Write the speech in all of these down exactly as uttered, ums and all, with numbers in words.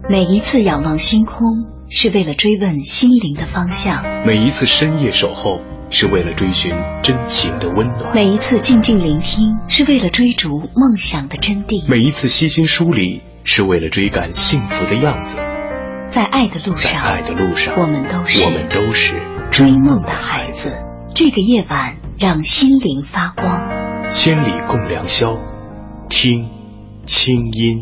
每一次仰望星空，是为了追问心灵的方向； 每一次深夜守候，是为了追寻真情的温暖； 每一次静静聆听，是为了追逐梦想的真谛； 每一次悉心梳理，是为了追赶幸福的样子。 在爱的路上， 在爱的路上， 我们都是我们都是追梦的孩子。这个夜晚，让心灵发光。 千里共良宵，听清音。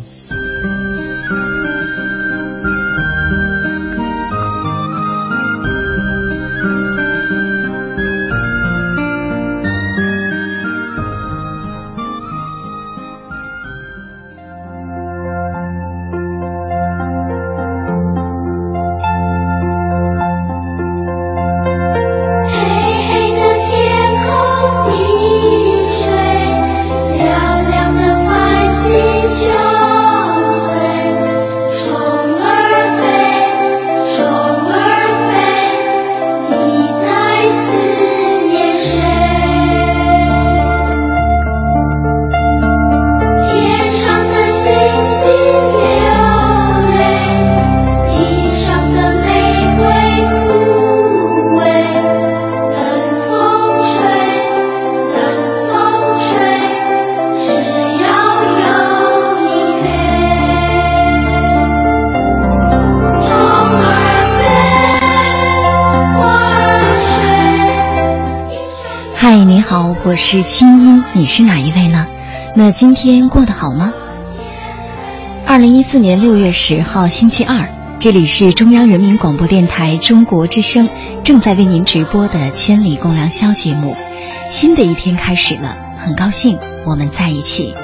嗨，你好，我是清音，你是哪一位呢？那今天过得好吗？二零一四年六月十号星期二，这里是中央人民广播电台中国之声正在为您直播的千里共良宵节目。新的一天开始了，很高兴我们在一起。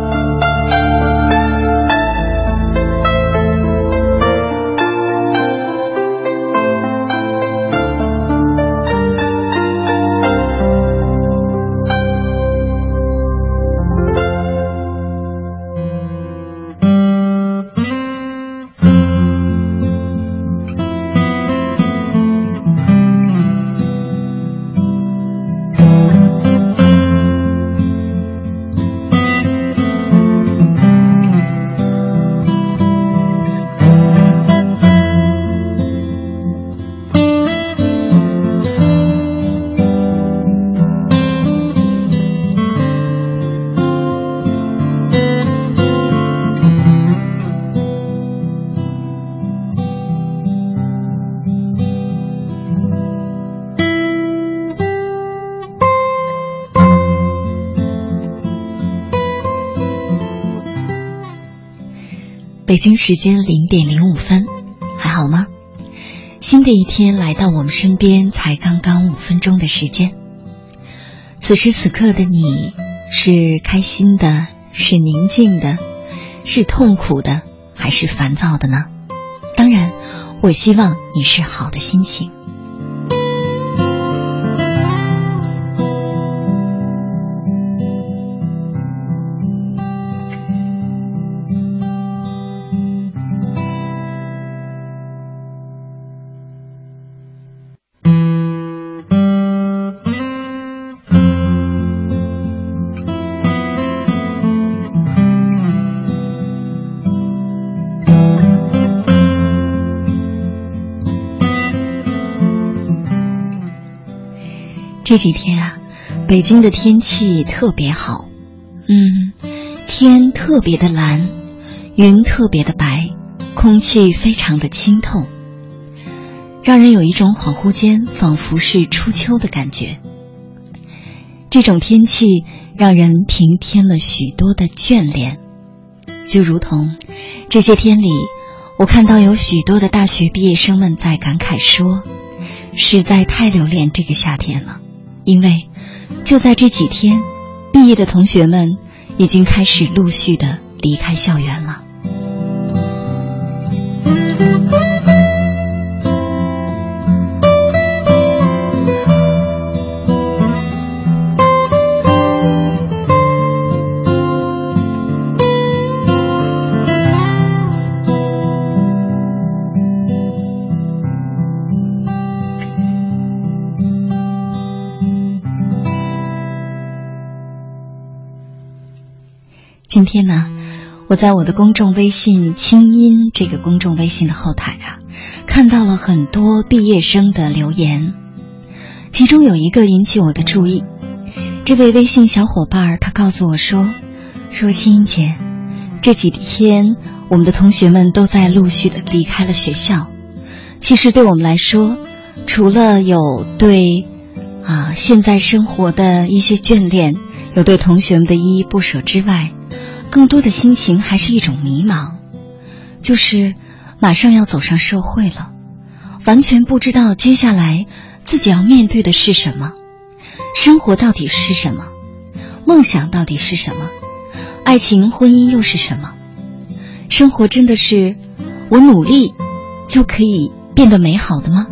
北京时间零点零五分，还好吗？新的一天来到我们身边，才刚刚五分钟的时间。此时此刻的你，是开心的，是宁静的，是痛苦的，还是烦躁的呢？当然，我希望你是好的心情。这几天啊，北京的天气特别好，嗯，天特别的蓝，云特别的白，空气非常的清透，让人有一种恍惚间仿佛是初秋的感觉。这种天气让人平添了许多的眷恋，就如同这些天里，我看到有许多的大学毕业生们在感慨说，实在太留恋这个夏天了。因为就在这几天，毕业的同学们已经开始陆续的离开校园了。今天呢， 我在我的公众微信清音这个公众微信的后台啊，看到了很多毕业生的留言，其中有一个引起我的注意。这位微信小伙伴他告诉我说说清音姐，这几天我们的同学们都在陆续的离开了学校，其实对我们来说，除了有对啊现在生活的一些眷恋，有对同学们的依依不舍之外，更多的心情还是一种迷茫，就是马上要走上社会了，完全不知道接下来自己要面对的是什么，生活到底是什么，梦想到底是什么，爱情婚姻又是什么。生活真的是我努力就可以变得美好的吗？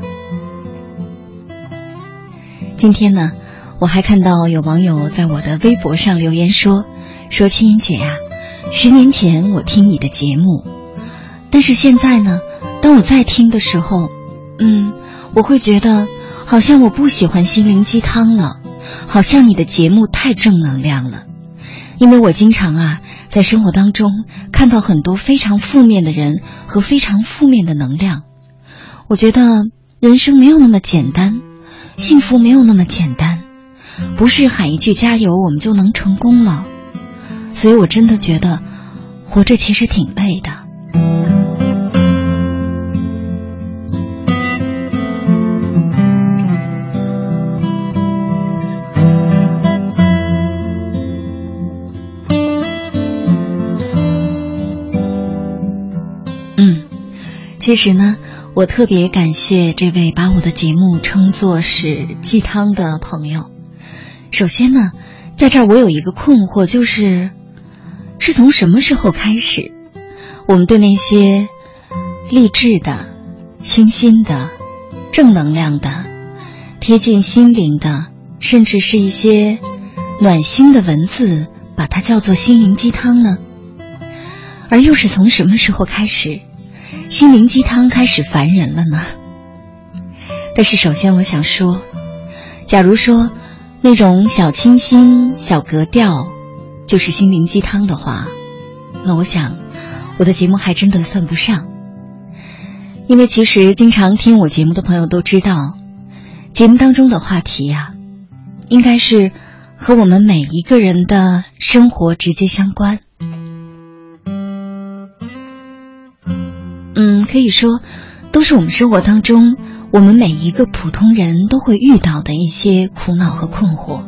今天呢，我还看到有网友在我的微博上留言说说清音姐呀、啊，十年前我听你的节目，但是现在呢，当我再听的时候，嗯，我会觉得好像我不喜欢心灵鸡汤了，好像你的节目太正能量了。因为我经常啊，在生活当中看到很多非常负面的人和非常负面的能量，我觉得人生没有那么简单，幸福没有那么简单，不是喊一句加油我们就能成功了。所以我真的觉得活着其实挺累的。嗯，其实呢，我特别感谢这位把我的节目称作是鸡汤的朋友。首先呢，在这儿我有一个困惑，就是是从什么时候开始，我们对那些励志的、清新的、正能量的、贴近心灵的，甚至是一些暖心的文字，把它叫做心灵鸡汤呢？而又是从什么时候开始，心灵鸡汤开始烦人了呢？但是首先我想说，假如说那种小清新、小格调就是心灵鸡汤的话，那我想我的节目还真的算不上。因为其实经常听我节目的朋友都知道，节目当中的话题呀、啊，应该是和我们每一个人的生活直接相关。嗯，可以说都是我们生活当中我们每一个普通人都会遇到的一些苦恼和困惑。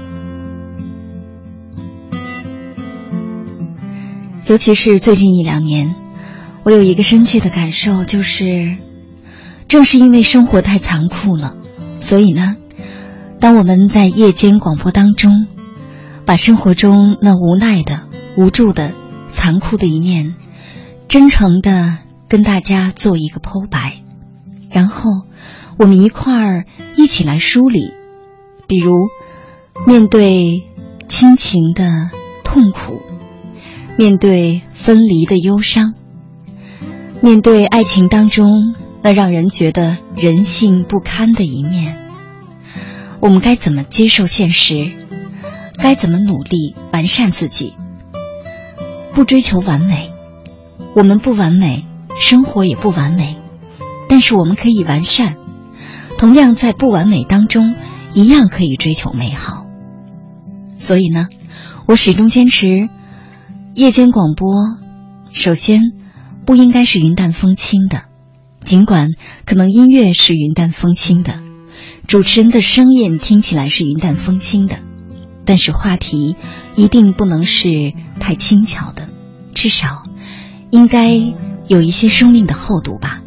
尤其是最近一两年，我有一个深切的感受，就是正是因为生活太残酷了，所以呢，当我们在夜间广播当中把生活中那无奈的、无助的、残酷的一面真诚的跟大家做一个剖白，然后我们一块儿一起来梳理，比如面对亲情的痛苦，面对分离的忧伤，面对爱情当中那让人觉得人性不堪的一面，我们该怎么接受现实，该怎么努力完善自己。不追求完美，我们不完美，生活也不完美，但是我们可以完善，同样在不完美当中一样可以追求美好。所以呢，我始终坚持夜间广播首先不应该是云淡风轻的，尽管可能音乐是云淡风轻的，主持人的声音听起来是云淡风轻的，但是话题一定不能是太轻巧的，至少应该有一些生命的厚度吧。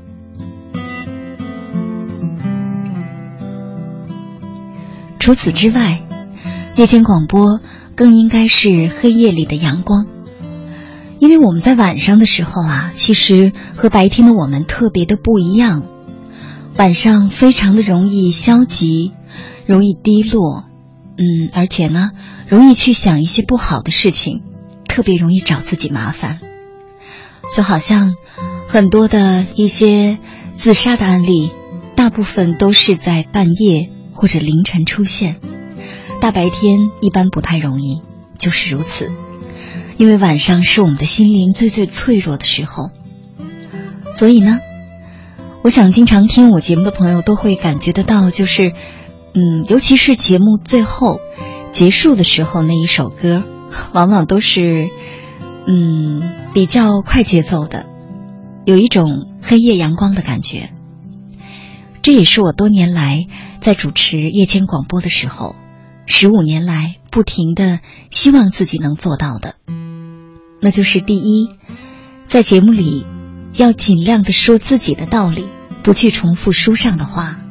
除此之外，夜间广播更应该是黑夜里的阳光，因为我们在晚上的时候啊，其实和白天的我们特别的不一样。晚上非常的容易消极，容易低落，嗯，而且呢，容易去想一些不好的事情，特别容易找自己麻烦。就好像很多的一些自杀的案例，大部分都是在半夜或者凌晨出现，大白天一般不太容易，就是如此。 因为晚上是我们的心灵最最脆弱的时候。所以呢，我想经常听我节目的朋友都会感觉得到，就是嗯，尤其是节目最后结束的时候那一首歌，往往都是嗯比较快节奏的，有一种黑夜阳光的感觉。这也是我多年来在主持夜间广播的时候，十五年来不停的希望自己能做到的。那就是第一，在节目里要尽量的说自己的道理，不去重复书上的话。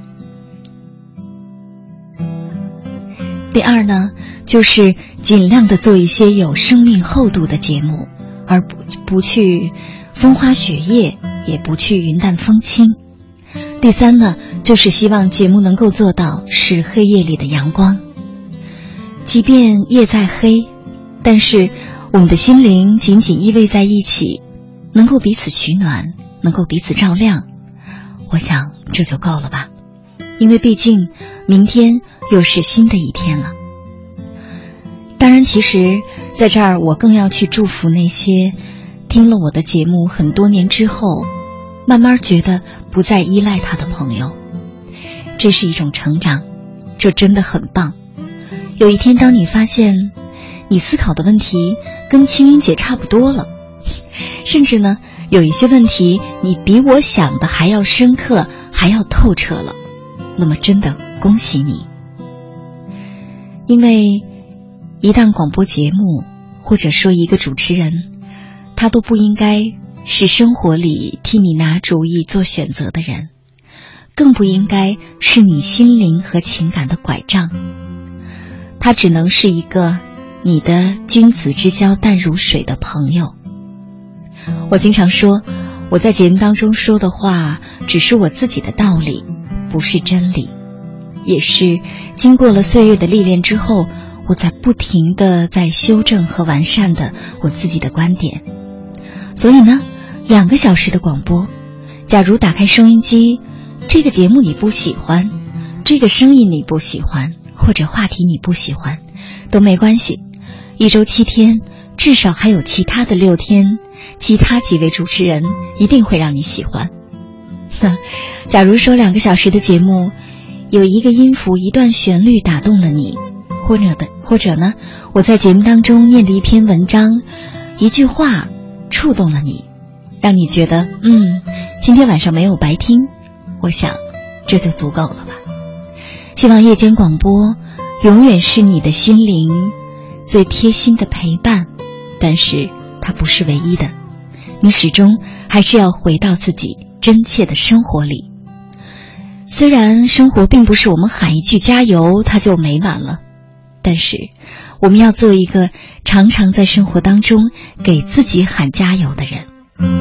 第二呢，就是尽量的做一些有生命厚度的节目，而不不去风花雪月，也不去云淡风轻。第三呢，就是希望节目能够做到是黑夜里的阳光，即便夜再黑，但是我们的心灵紧紧依偎在一起，能够彼此取暖，能够彼此照亮，我想这就够了吧。因为毕竟明天又是新的一天了。当然其实在这儿我更要去祝福那些听了我的节目很多年之后慢慢觉得不再依赖他的朋友。这是一种成长，这真的很棒。有一天当你发现你思考的问题跟青音姐差不多了，甚至呢有一些问题你比我想的还要深刻，还要透彻了，那么真的恭喜你。因为一档广播节目或者说一个主持人，他都不应该是生活里替你拿主意做选择的人，更不应该是你心灵和情感的拐杖，他只能是一个你的君子之交淡如水的朋友。我经常说，我在节目当中说的话只是我自己的道理，不是真理，也是经过了岁月的历练之后，我在不停地在修正和完善的我自己的观点。所以呢，两个小时的广播，假如打开收音机，这个节目你不喜欢，这个声音你不喜欢，或者话题你不喜欢，都没关系。一周七天，至少还有其他的六天，其他几位主持人一定会让你喜欢。那假如说两个小时的节目，有一个音符一段旋律打动了你，或者的或者呢，我在节目当中念的一篇文章，一句话触动了你，让你觉得嗯，今天晚上没有白听，我想这就足够了吧。希望夜间广播永远是你的心灵最贴心的陪伴，但是它不是唯一的，你始终还是要回到自己真切的生活里。虽然生活并不是我们喊一句加油它就美满了，但是我们要做一个常常在生活当中给自己喊加油的人。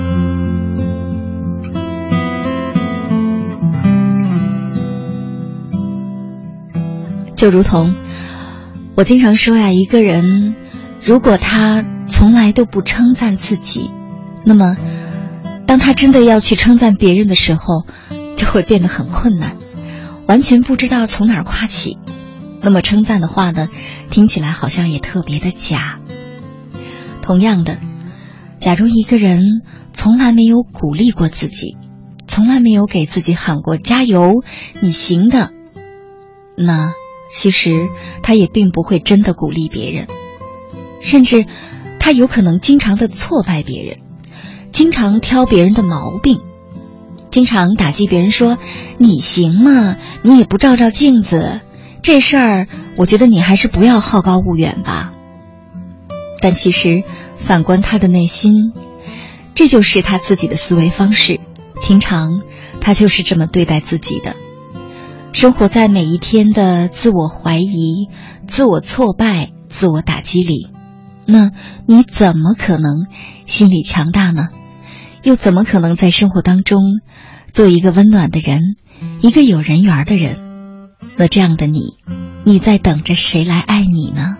就如同我经常说呀，一个人如果他从来都不称赞自己，那么当他真的要去称赞别人的时候，就会变得很困难，完全不知道从哪儿夸起。那么称赞的话呢，听起来好像也特别的假。同样的，假如一个人从来没有鼓励过自己，从来没有给自己喊过加油，你行的，那其实他也并不会真的鼓励别人，甚至他有可能经常的挫败别人，经常挑别人的毛病，经常打击别人说你行吗？你也不照照镜子，这事儿我觉得你还是不要好高骛远吧。但其实反观他的内心，这就是他自己的思维方式，平常他就是这么对待自己的。生活在每一天的自我怀疑、自我挫败、自我打击里，那你怎么可能心理强大呢？又怎么可能在生活当中做一个温暖的人，一个有人缘的人？那这样的你，你在等着谁来爱你呢？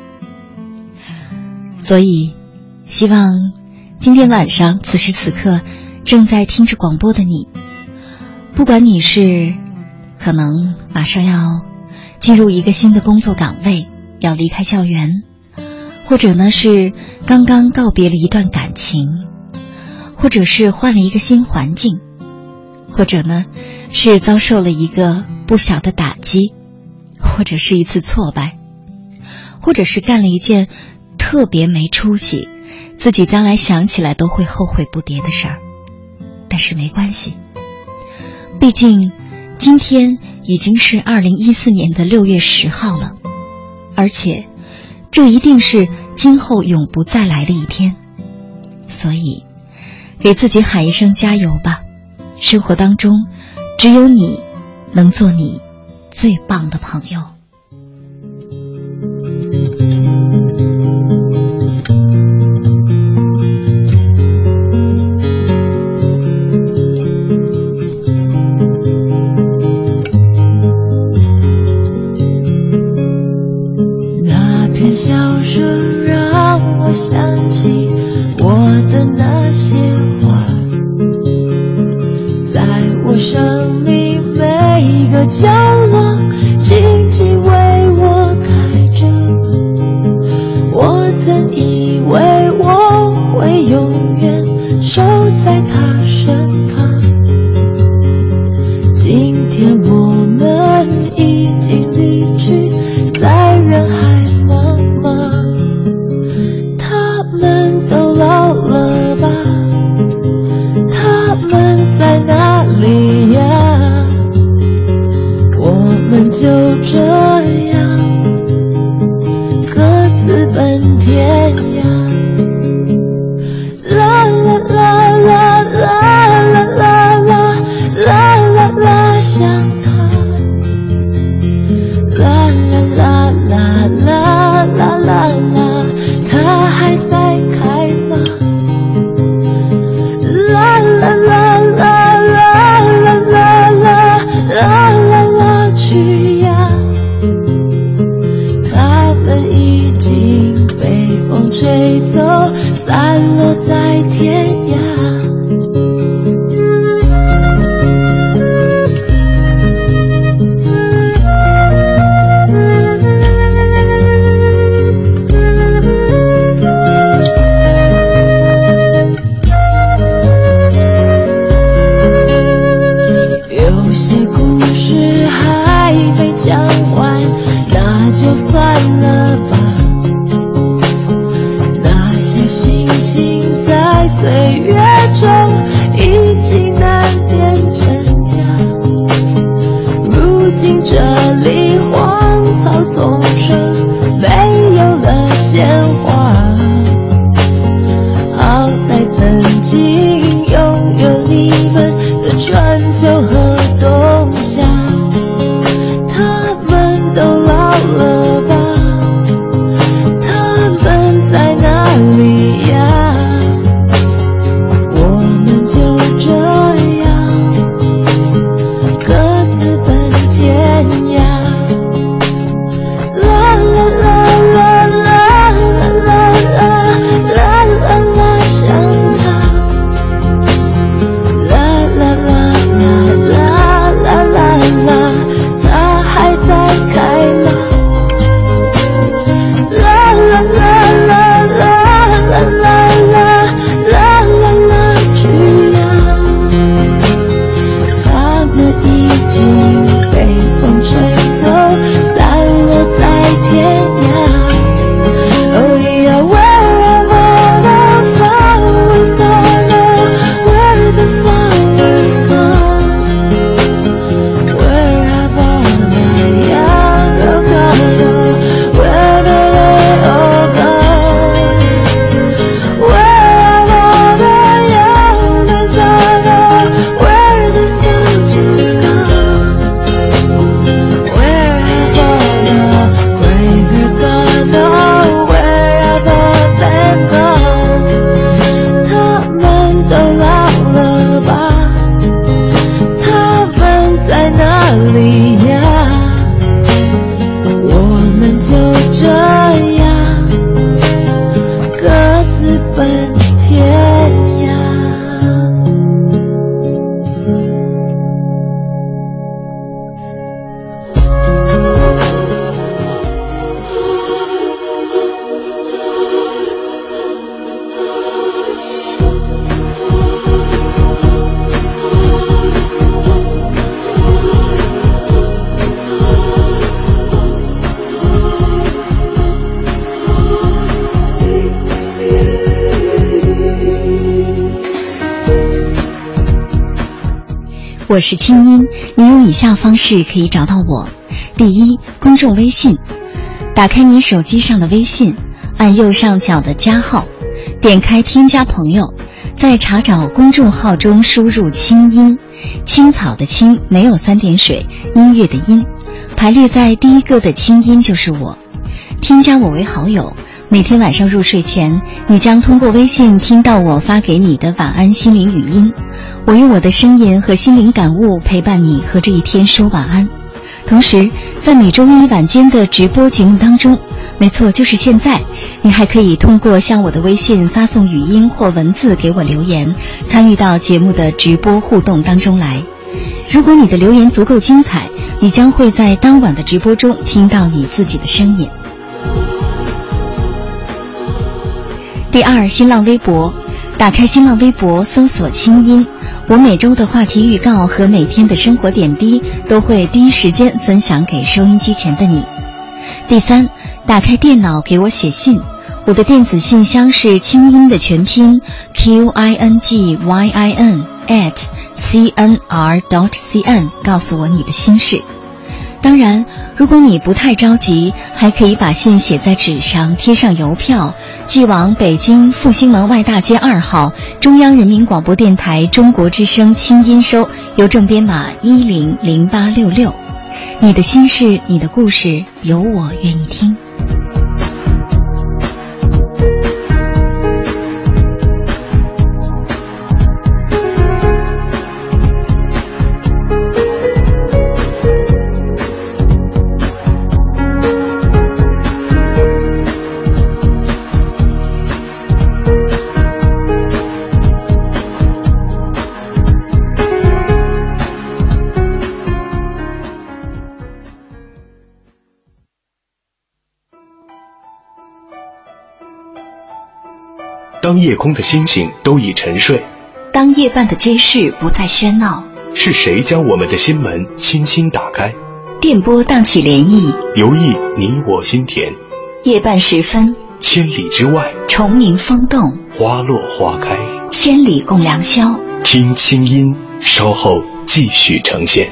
所以希望今天晚上此时此刻正在听着广播的你，不管你是可能马上要进入一个新的工作岗位，要离开校园， 或者呢是刚刚告别了一段感情，或者是换了一个新环境，或者呢是遭受了一个不小的打击，或者是一次挫败，或者是干了一件特别没出息，自己将来想起来都会后悔不迭的事儿。但是没关系，毕竟今天已经是二零一四年的六月十号了，而且这一定是今后永不再来的一天。所以给自己喊一声加油吧，生活当中只有你能做你最棒的朋友。 那片笑声让我想起我的那些花，在我生命每一个角落静静为我开着。我曾以为我会永远守在他身旁，今天我们已经离去，在人海茫茫。他们都老了吧？他们在哪里呀？我们就这样各自奔天涯。啦啦啦啦啦啦啦啦啦啦啦，想他。啦啦啦啦啦啦啦啦，他还在开吗？啦啦啦啦啦啦啦啦啦啦啦，去呀！他们已经被风吹走，散落在天涯。有些故事还没讲完，那就算了吧。那些心情在岁月中已经难辨真假，如今这里荒草丛生，没有了鲜花。好在曾经拥有你们的春秋和冬夏，他们都老了吧？ 我是清音，你用以下方式可以找到我。第一，公众微信，打开你手机上的微信，按右上角的加号，点开添加朋友，在查找公众号中输入清音，青草的青，没有三点水，音乐的音，排列在第一个的清音就是我。添加我为好友，每天晚上入睡前，你将通过微信听到我发给你的晚安心灵语音，我用我的声音和心灵感悟陪伴你和这一天说晚安。同时在每周一晚间的直播节目当中，没错，就是现在，你还可以通过向我的微信发送语音或文字给我留言，参与到节目的直播互动当中来。如果你的留言足够精彩，你将会在当晚的直播中听到你自己的声音。第二，新浪微博，打开新浪微博搜索清音，我每周的话题预告和每天的生活点滴都会第一时间分享给收音机前的你。第三，打开电脑给我写信，我的电子信箱是清音的全拼 Q I N G Y I N at C N R dot C N， 告诉我你的心事。当然，如果你不太着急，还可以把信写在纸上，贴上邮票，寄往北京复兴门外大街二号中央人民广播电台中国之声清音收，邮政编码一零零八六六。你的心事，你的故事，有我愿意听。 当夜空的星星都已沉睡， 当夜半的街市不再喧闹， 是谁将我们的心门轻轻打开？ 电波荡起涟漪， 游弋你我心田。 夜半时分， 千里之外， 虫鸣风动， 花落花开， 千里共良宵。 听清音，稍后继续呈现。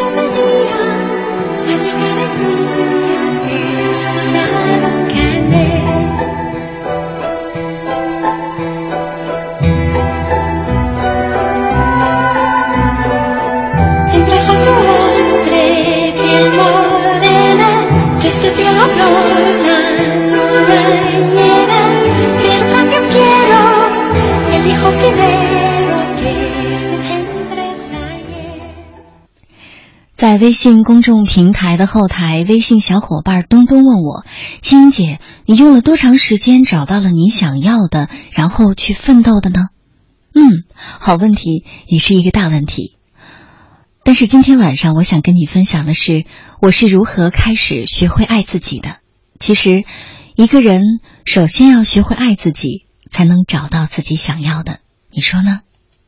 在微信公众平台的后台，微信小伙伴东东问我，清音姐，你用了多长时间找到了你想要的，然后去奋斗的呢？嗯，好问题，也是一个大问题。但是今天晚上我想跟你分享的是，我是如何开始学会爱自己的。其实一个人首先要学会爱自己，才能找到自己想要的，你说呢？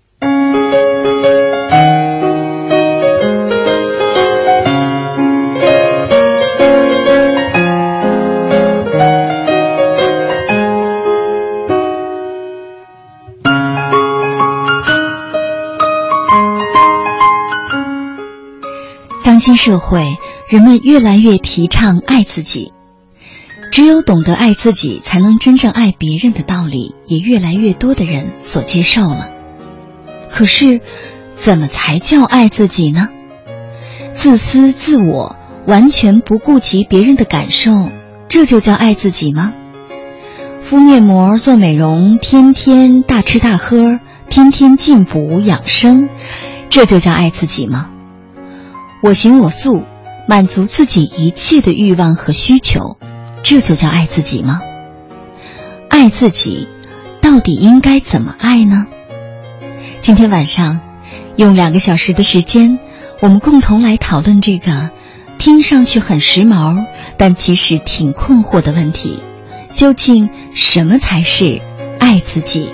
当今社会，人们越来越提倡爱自己，只有懂得爱自己，才能真正爱别人的道理，也越来越多的人所接受了。可是，怎么才叫爱自己呢？自私自我，完全不顾及别人的感受，这就叫爱自己吗？敷面膜做美容，天天大吃大喝，天天进补养生，这就叫爱自己吗？我行我素，满足自己一切的欲望和需求，这就叫爱自己吗？爱自己到底应该怎么爱呢？今天晚上用两个小时的时间，我们共同来讨论这个听上去很时髦，但其实挺困惑的问题，究竟什么才是爱自己？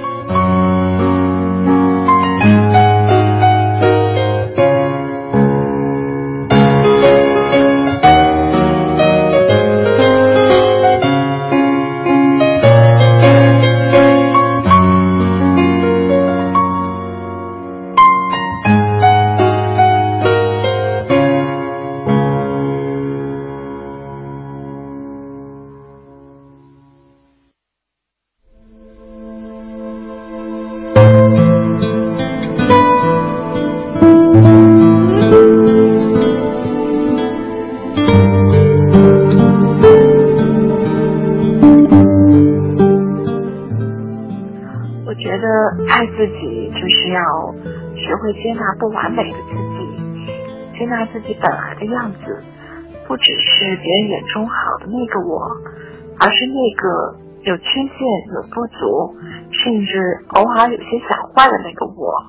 得爱自己就是要学会接纳不完美的自己，接纳自己本来的样子，不只是别人眼中好的那个我，而是那个有缺陷、有不足，甚至偶尔有些想坏的那个我。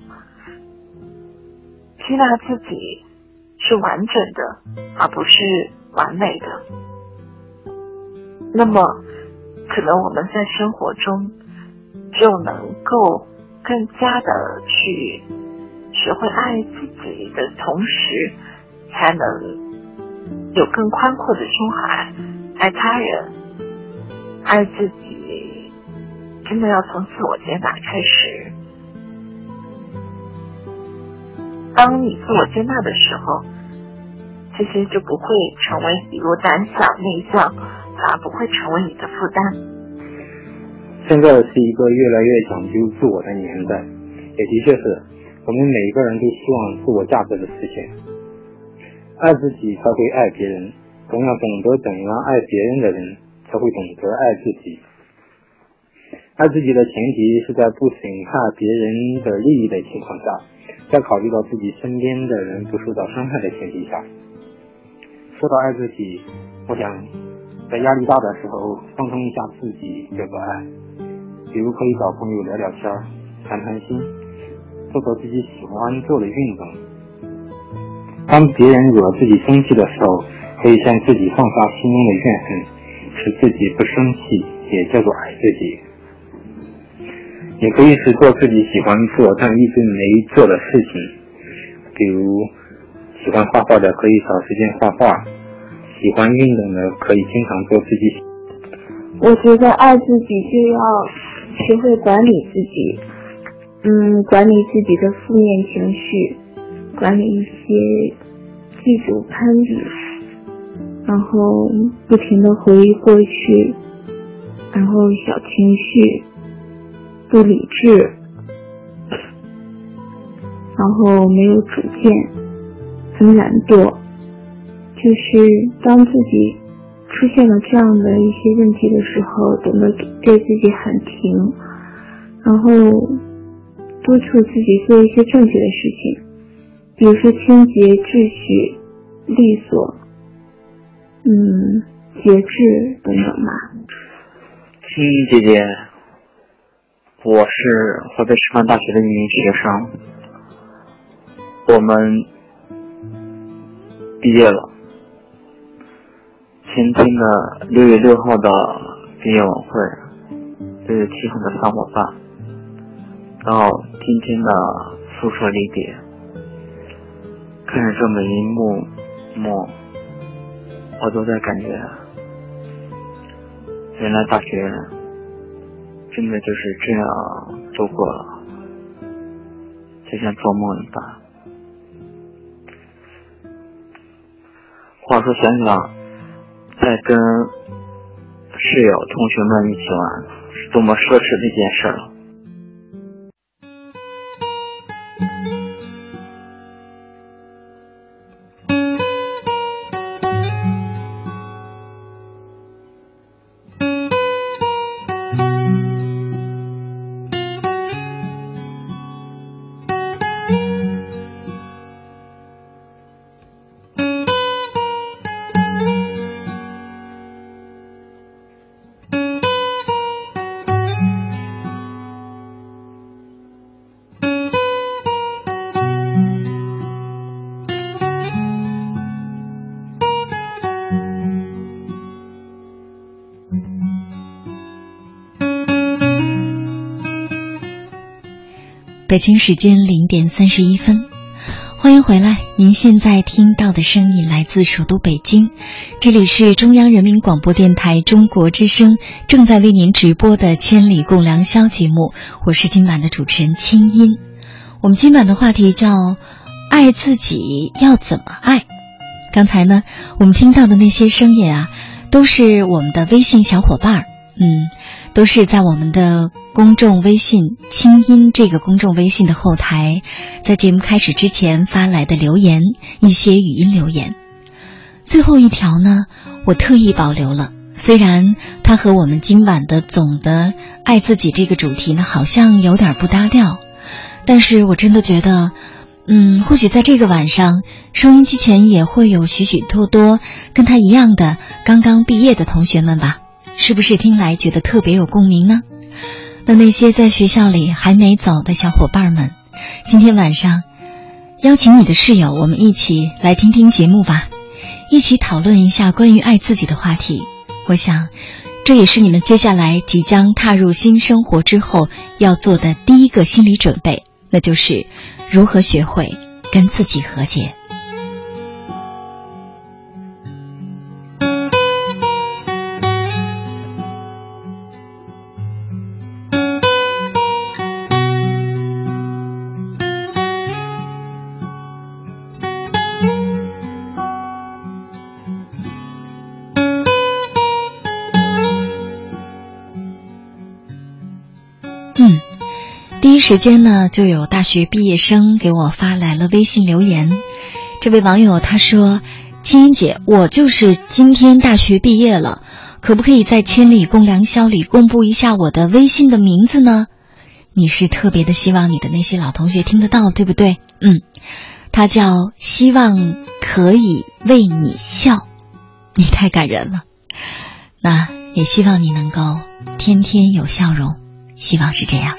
接纳自己是完整的，而不是完美的。那么可能我们在生活中就能够更加的去学会爱自己的同时，才能有更宽阔的胸怀爱他人。爱自己真的要从自我接纳开始。当你自我接纳的时候，这些就不会成为比如胆小内向，反而不会成为你的负担。 现在是一个越来越讲究自我的年代，也的确是我们每一个人都希望自我价值的实现。爱自己才会爱别人，同样懂得怎样爱别人的人才会懂得爱自己。爱自己的前提是在不损害别人的利益的情况下，在考虑到自己身边的人不受到伤害的前提下。说到爱自己，我想在压力大的时候放松一下自己叫做爱，比如可以找朋友聊聊天，谈谈心，做做自己喜欢做的运动。当别人惹自己生气的时候，可以向自己放下心中的怨恨，使自己不生气，也叫做爱自己。也可以是做自己喜欢做但一直没做的事情，比如喜欢画画的可以找时间画画，喜欢运动的可以经常做自己。 我觉得爱自己就要学会管理自己，嗯，管理自己的负面情绪，管理一些剧组攀比，然后不停地回忆过去，然后小情绪不理智，然后没有主见，很懒惰。就是当自己出现了这样的一些问题的时候，懂得对自己喊停，然后督促自己做一些正确的事情，比如说清洁、秩序、利索，嗯，节制等等吧。 青衣姐姐，我是河北师范大学的一名学生，我们毕业了。前天的六月六号的毕业晚会，六月七号的散伙饭，到今天的宿舍离别，看着这么一幕幕，我都在感觉，原来大学真的就是这样度过了，就像做梦一般。话说想想，在跟室友、同学们一起玩，是多么奢侈的一件事了。 北京时间零点三十一分，欢迎回来。您现在听到的声音来自首都北京，这里是中央人民广播电台中国之声正在为您直播的千里共良宵节目，我是今晚的主持人清音。我们今晚的话题叫爱自己要怎么爱。刚才呢，我们听到的那些声音啊，都是我们的微信小伙伴，嗯，都是在我们的公众微信清音这个公众微信的后台，在节目开始之前发来的留言，一些语音留言。最后一条呢，我特意保留了， 虽然它和我们今晚的总的爱自己这个主题呢好像有点不搭调，但是我真的觉得嗯，或许在这个晚上收音机前也会有许许多多跟他一样的刚刚毕业的同学们吧，是不是听来觉得特别有共鸣呢？那那些在学校里还没走的小伙伴们，今天晚上邀请你的室友，我们一起来听听节目吧，一起讨论一下关于爱自己的话题。我想这也是你们接下来即将踏入新生活之后要做的第一个心理准备，那就是如何学会跟自己和解。嗯，第一时间呢，就有大学毕业生给我发来了微信留言。这位网友他说：青云姐，我就是今天大学毕业了，可不可以在千里共良宵里公布一下我的微信的名字呢？你是特别的希望你的那些老同学听得到，对不对？嗯，他叫希望可以为你笑，你太感人了。那也希望你能够天天有笑容，希望是这样。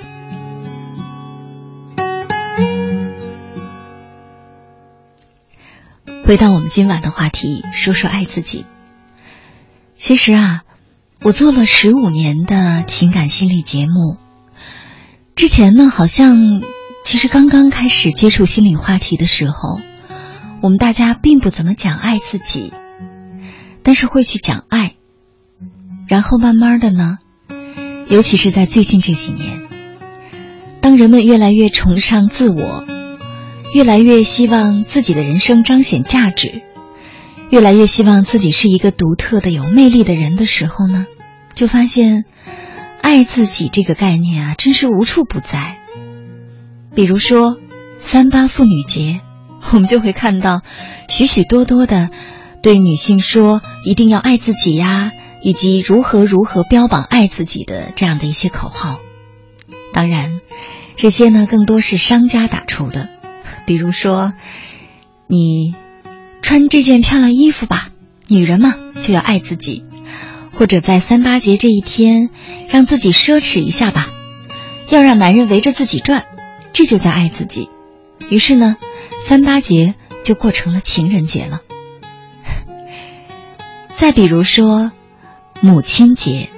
回到我们今晚的话题，说说爱自己。其实啊，我做了十五年的情感心理节目，之前呢，好像其实刚刚开始接触心理话题的时候，我们大家并不怎么讲爱自己，但是会去讲爱。然后慢慢的呢，尤其是在最近这几年，当人们越来越崇尚自我，越来越希望自己的人生彰显价值，越来越希望自己是一个独特的有魅力的人的时候呢，就发现爱自己这个概念啊，真是无处不在。比如说三八妇女节，我们就会看到许许多多的对女性说一定要爱自己呀，以及如何如何标榜爱自己的这样的一些口号。当然这些呢更多是商家打出的，比如说你穿这件漂亮衣服吧，女人嘛就要爱自己，或者在三八节这一天让自己奢侈一下吧，要让男人围着自己转，这就叫爱自己。于是呢三八节就过成了情人节了。再比如说母亲节，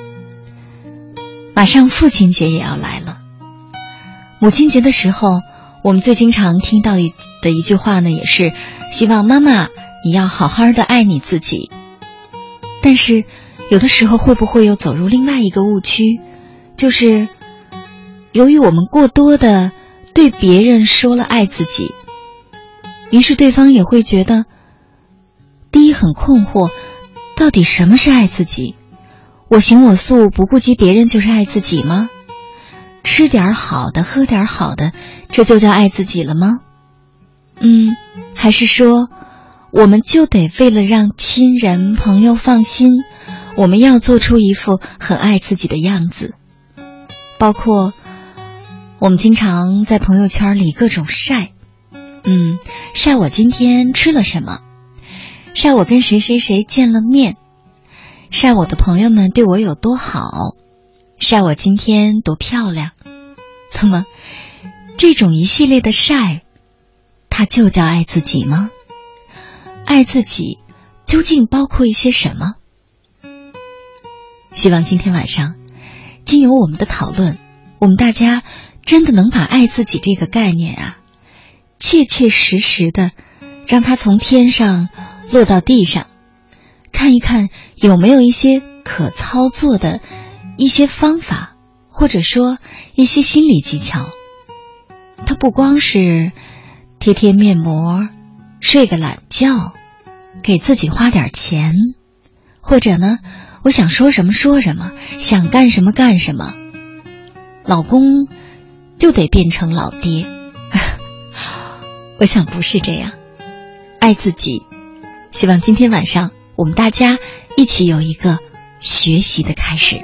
马上父亲节也要来了。母亲节的时候，我们最经常听到的一句话呢，也是希望妈妈你要好好的爱你自己。但是有的时候会不会又走入另外一个误区，就是由于我们过多的对别人说了爱自己，于是对方也会觉得，第一很困惑，到底什么是爱自己？我行我素不顾及别人就是爱自己吗？吃点好的喝点好的，这就叫爱自己了吗？嗯，还是说我们就得为了让亲人朋友放心，我们要做出一副很爱自己的样子。包括我们经常在朋友圈里各种晒，嗯，晒我今天吃了什么，晒我跟谁谁谁见了面，晒我的朋友们对我有多好，晒我今天多漂亮。那么这种一系列的晒，它就叫爱自己吗？爱自己究竟包括一些什么？希望今天晚上经由我们的讨论，我们大家真的能把爱自己这个概念啊，切切实实的让它从天上落到地上，看一看有没有一些可操作的一些方法，或者说一些心理技巧。它不光是贴贴面膜，睡个懒觉，给自己花点钱，或者呢我想说什么说什么，想干什么干什么，老公就得变成老爹。我想不是这样。爱自己，希望今天晚上我们大家一起有一个学习的开始。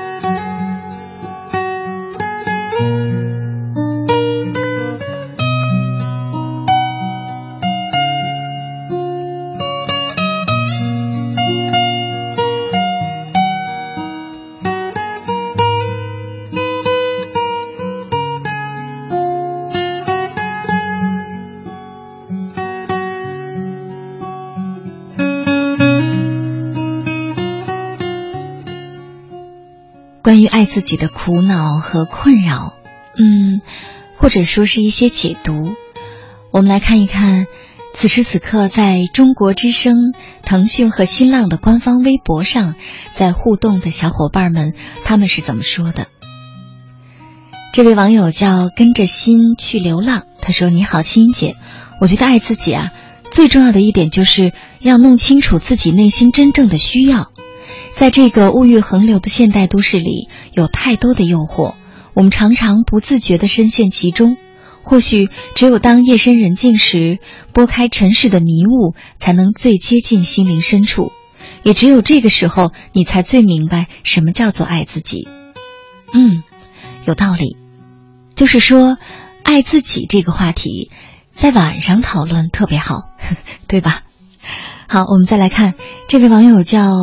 关于爱自己的苦恼和困扰，嗯，或者说是一些解读，我们来看一看此时此刻在中国之声、腾讯和新浪的官方微博上在互动的小伙伴们，他们是怎么说的。这位网友叫跟着心去流浪，他说：你好欣姐，我觉得爱自己啊，最重要的一点就是要弄清楚自己内心真正的需要。在这个物欲横流的现代都市里，有太多的诱惑，我们常常不自觉地深陷其中。或许只有当夜深人静时，拨开尘世的迷雾，才能最接近心灵深处。也只有这个时候，你才最明白什么叫做爱自己。嗯，有道理。就是说，爱自己这个话题，在晚上讨论特别好，对吧？好，我们再来看这位网友叫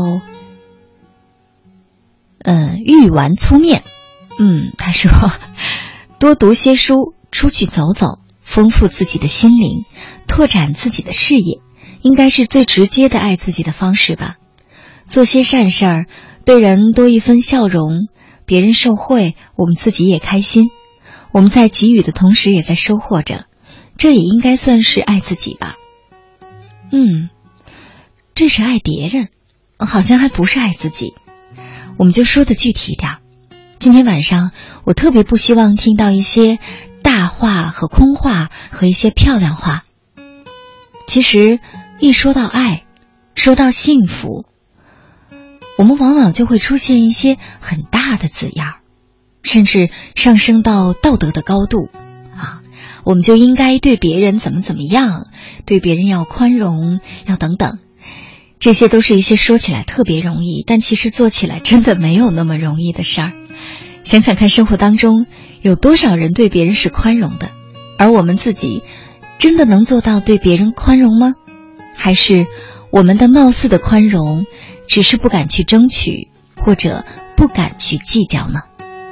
嗯，玉丸粗面，嗯，他说多读些书，出去走走，丰富自己的心灵，拓展自己的视野，应该是最直接的爱自己的方式吧。做些善事儿，对人多一分笑容，别人受惠，我们自己也开心。我们在给予的同时，也在收获着，这也应该算是爱自己吧。嗯，这是爱别人，好像还不是爱自己。我们就说的具体点，今天晚上我特别不希望听到一些大话和空话和一些漂亮话。其实一说到爱，说到幸福，我们往往就会出现一些很大的字眼，甚至上升到道德的高度啊，我们就应该对别人怎么怎么样，对别人要宽容，要等等。这些都是一些说起来特别容易，但其实做起来真的没有那么容易的事儿。想想看，生活当中有多少人对别人是宽容的，而我们自己真的能做到对别人宽容吗？还是我们的貌似的宽容，只是不敢去争取，或者不敢去计较呢？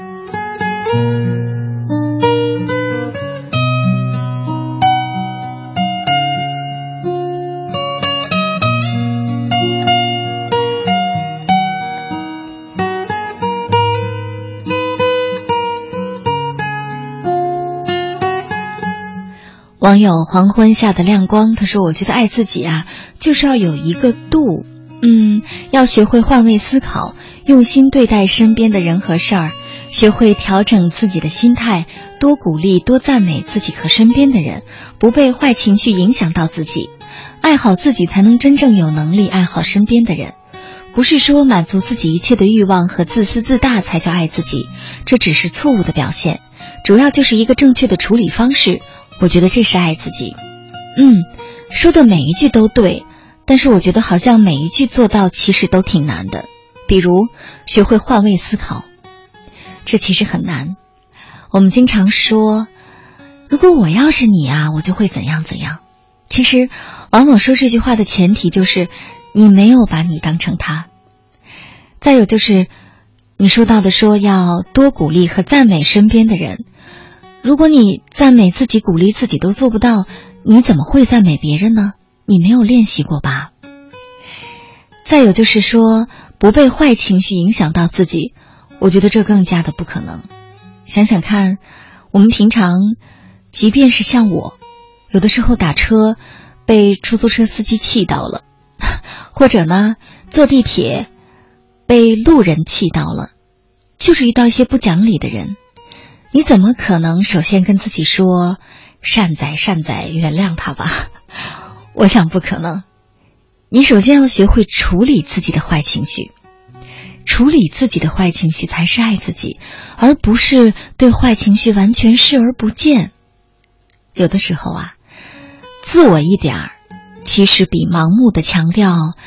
网友黄昏下的亮光，他说：我觉得爱自己啊，就是要有一个度，嗯，要学会换位思考，用心对待身边的人和事儿，学会调整自己的心态，多鼓励多赞美自己和身边的人，不被坏情绪影响到自己。爱好自己才能真正有能力爱好身边的人。不是说满足自己一切的欲望和自私自大才叫爱自己，这只是错误的表现，主要就是一个正确的处理方式。我觉得这是爱自己。嗯，说的每一句都对，但是我觉得好像每一句做到其实都挺难的。比如学会换位思考，这其实很难。我们经常说，如果我要是你啊，我就会怎样怎样。其实往往说这句话的前提就是你没有把你当成他。再有就是你说到的说要多鼓励和赞美身边的人，如果你赞美自己鼓励自己都做不到，你怎么会赞美别人呢？你没有练习过吧？再有就是说不被坏情绪影响到自己，我觉得这更加的不可能。想想看，我们平常即便是像我，有的时候打车被出租车司机气到了，或者呢坐地铁被路人气到了，就是遇到一些不讲理的人，你怎么可能首先跟自己说善哉善哉原谅他吧？我想不可能。你首先要学会处理自己的坏情绪，处理自己的坏情绪才是爱自己，而不是对坏情绪完全视而不见。有的时候啊，自我一点儿，其实比盲目的强调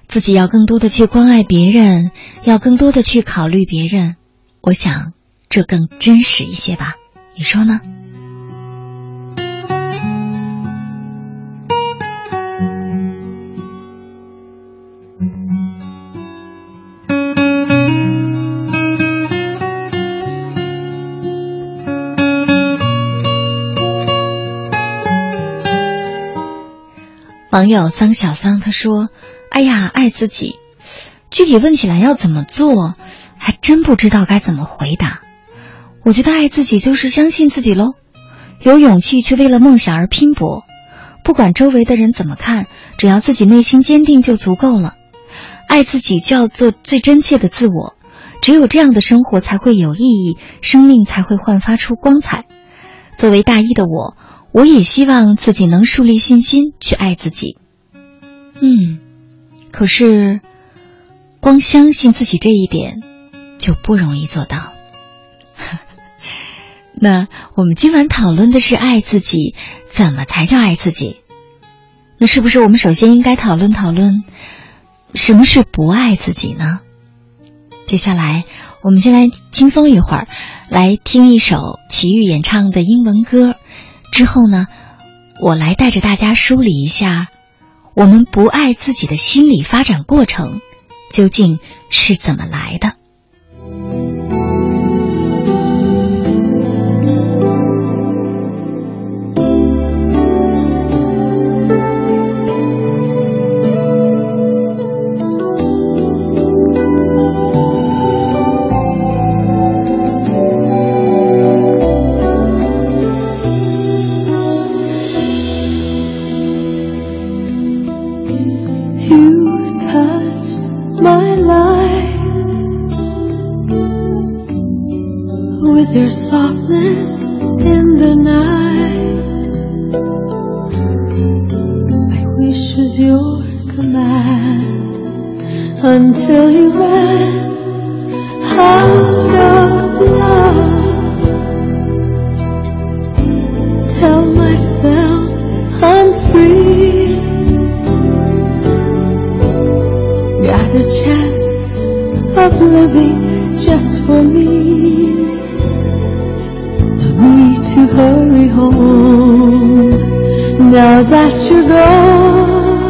自己要更多的去关爱别人，要更多的去考虑别人，我想这更真实一些吧，你说呢？网友桑小桑他说，哎呀，爱自己具体问起来要怎么做还真不知道该怎么回答。我觉得爱自己就是相信自己咯，有勇气去为了梦想而拼搏，不管周围的人怎么看，只要自己内心坚定就足够了。爱自己就要做最真切的自我，只有这样的生活才会有意义，生命才会焕发出光彩。作为大一的我，我也希望自己能树立信心去爱自己。嗯，可是光相信自己这一点就不容易做到。那我们今晚讨论的是爱自己，怎么才叫爱自己？那是不是我们首先应该讨论讨论什么是不爱自己呢？接下来我们先来轻松一会儿，来听一首齐豫演唱的英文歌，之后呢，我来带着大家梳理一下我们不爱自己的心理发展过程究竟是怎么来的。 There's softness in the night. My wish was your command until you ran out of love. Tell myself I'm free. Got a chance of living just for me.Me to hurry home now that you're gone.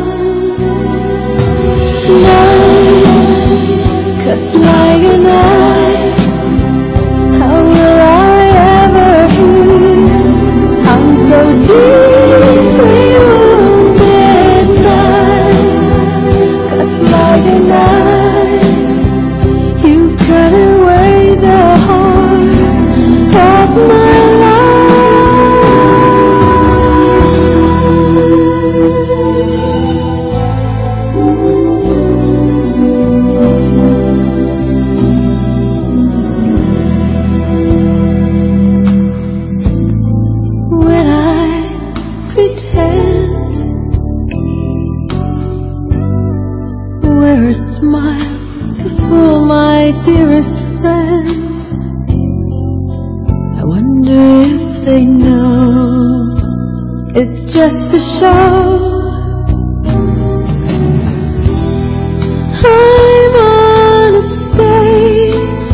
Night cuts like a knife. How will I ever heal? I'm so deeply wounded. Night cuts like a knife. You've cut away the heart of my dearest friends. I wonder if they know it's just a show. I'm on a stage,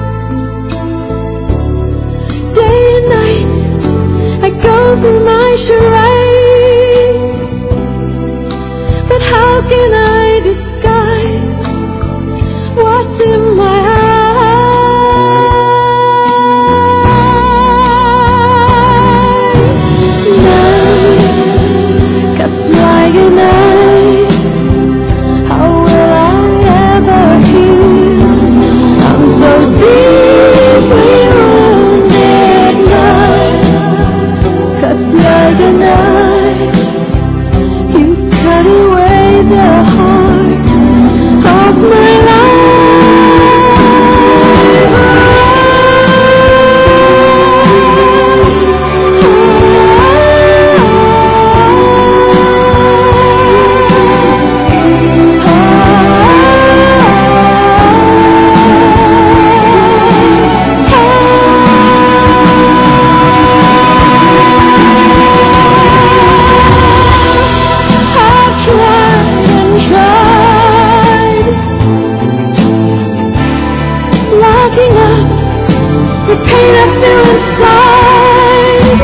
day and night I go through my charade, but how can I disguise what's in my eyes? Night cuts like a knife. How will I ever heal? I'm so deeply wounded. Night cuts like a knife. locking up the pain I feel inside,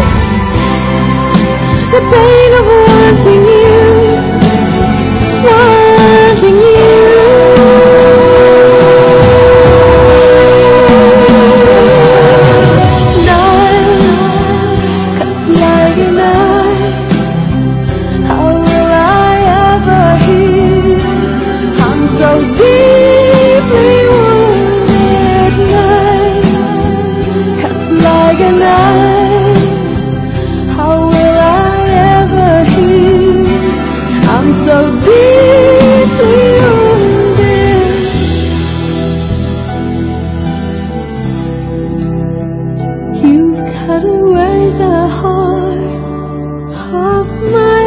the pain of wanting you, wanting you. Night cuts like a knife, how will I ever heal? I'm so deeply wounded. Night cuts like a knife, how will I ever heal? I'm so deeply wounded. You've cut away the heart of my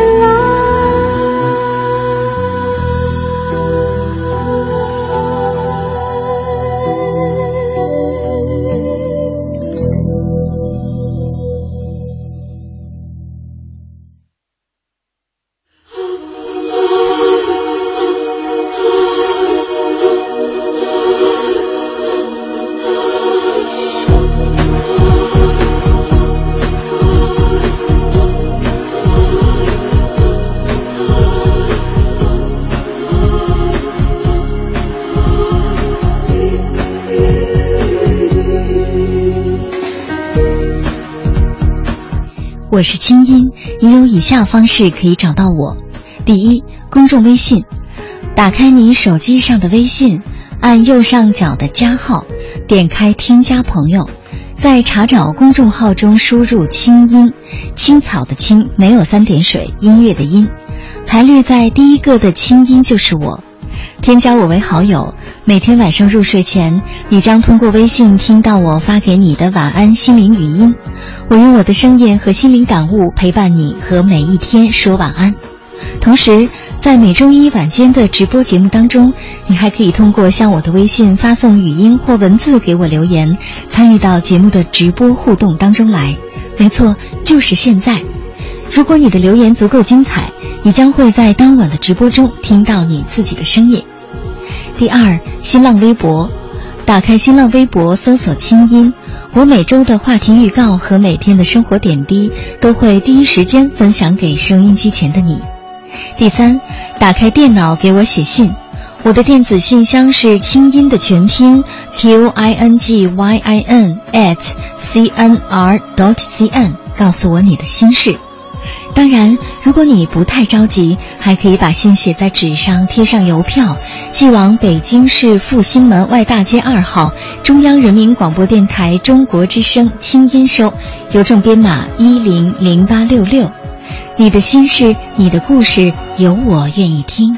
我是清音，你有以下方式可以找到我。第一，公众微信，打开你手机上的微信，按右上角的加号，点开添加朋友，在查找公众号中输入清音，青草的青，没有三点水，音乐的音，排列在第一个的清音就是我。添加我为好友，每天晚上入睡前，你将通过微信听到我发给你的晚安心灵语音。我用我的声音和心灵感悟陪伴你和每一天说晚安。同时，在每周一晚间的直播节目当中，你还可以通过向我的微信发送语音或文字给我留言，参与到节目的直播互动当中来。没错，就是现在。如果你的留言足够精彩，你将会在当晚的直播中听到你自己的声音。第二，新浪微博，打开新浪微博搜索清音，我每周的话题预告和每天的生活点滴都会第一时间分享给收音机前的你。第三，打开电脑给我写信，我的电子信箱是清音的全拼 Q I N G Y I N at C N R dot C N， 告诉我你的心事。当然，如果你不太着急，还可以把信写在纸上，贴上邮票，寄往北京市复兴门外大街二号中央人民广播电台中国之声清音收，邮政编码一零零八六六。你的心事，你的故事，有我愿意听。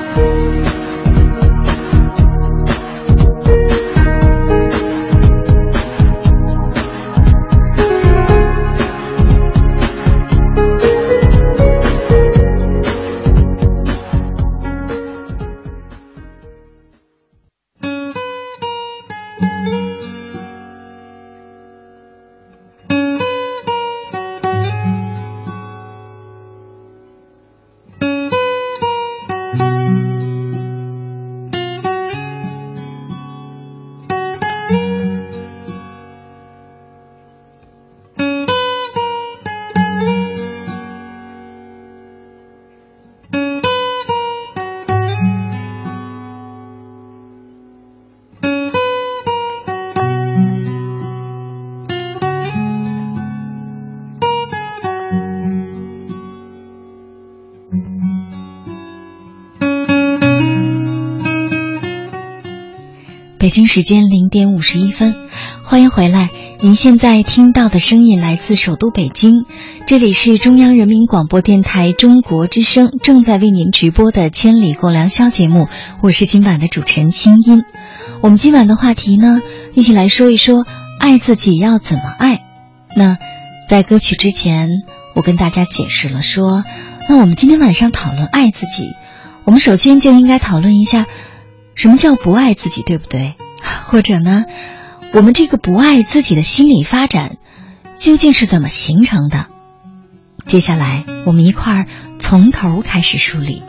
北京时间零点五十一分，欢迎回来。您现在听到的声音来自首都北京，这里是中央人民广播电台中国之声正在为您直播的千里共良宵节目，我是今晚的主持人清音。我们今晚的话题呢，一起来说一说爱自己要怎么爱。那在歌曲之前，我跟大家解释了说，那我们今天晚上讨论爱自己，我们首先就应该讨论一下什么叫不爱自己，对不对？或者呢，我们这个不爱自己的心理发展究竟是怎么形成的？接下来我们一块儿从头开始梳理。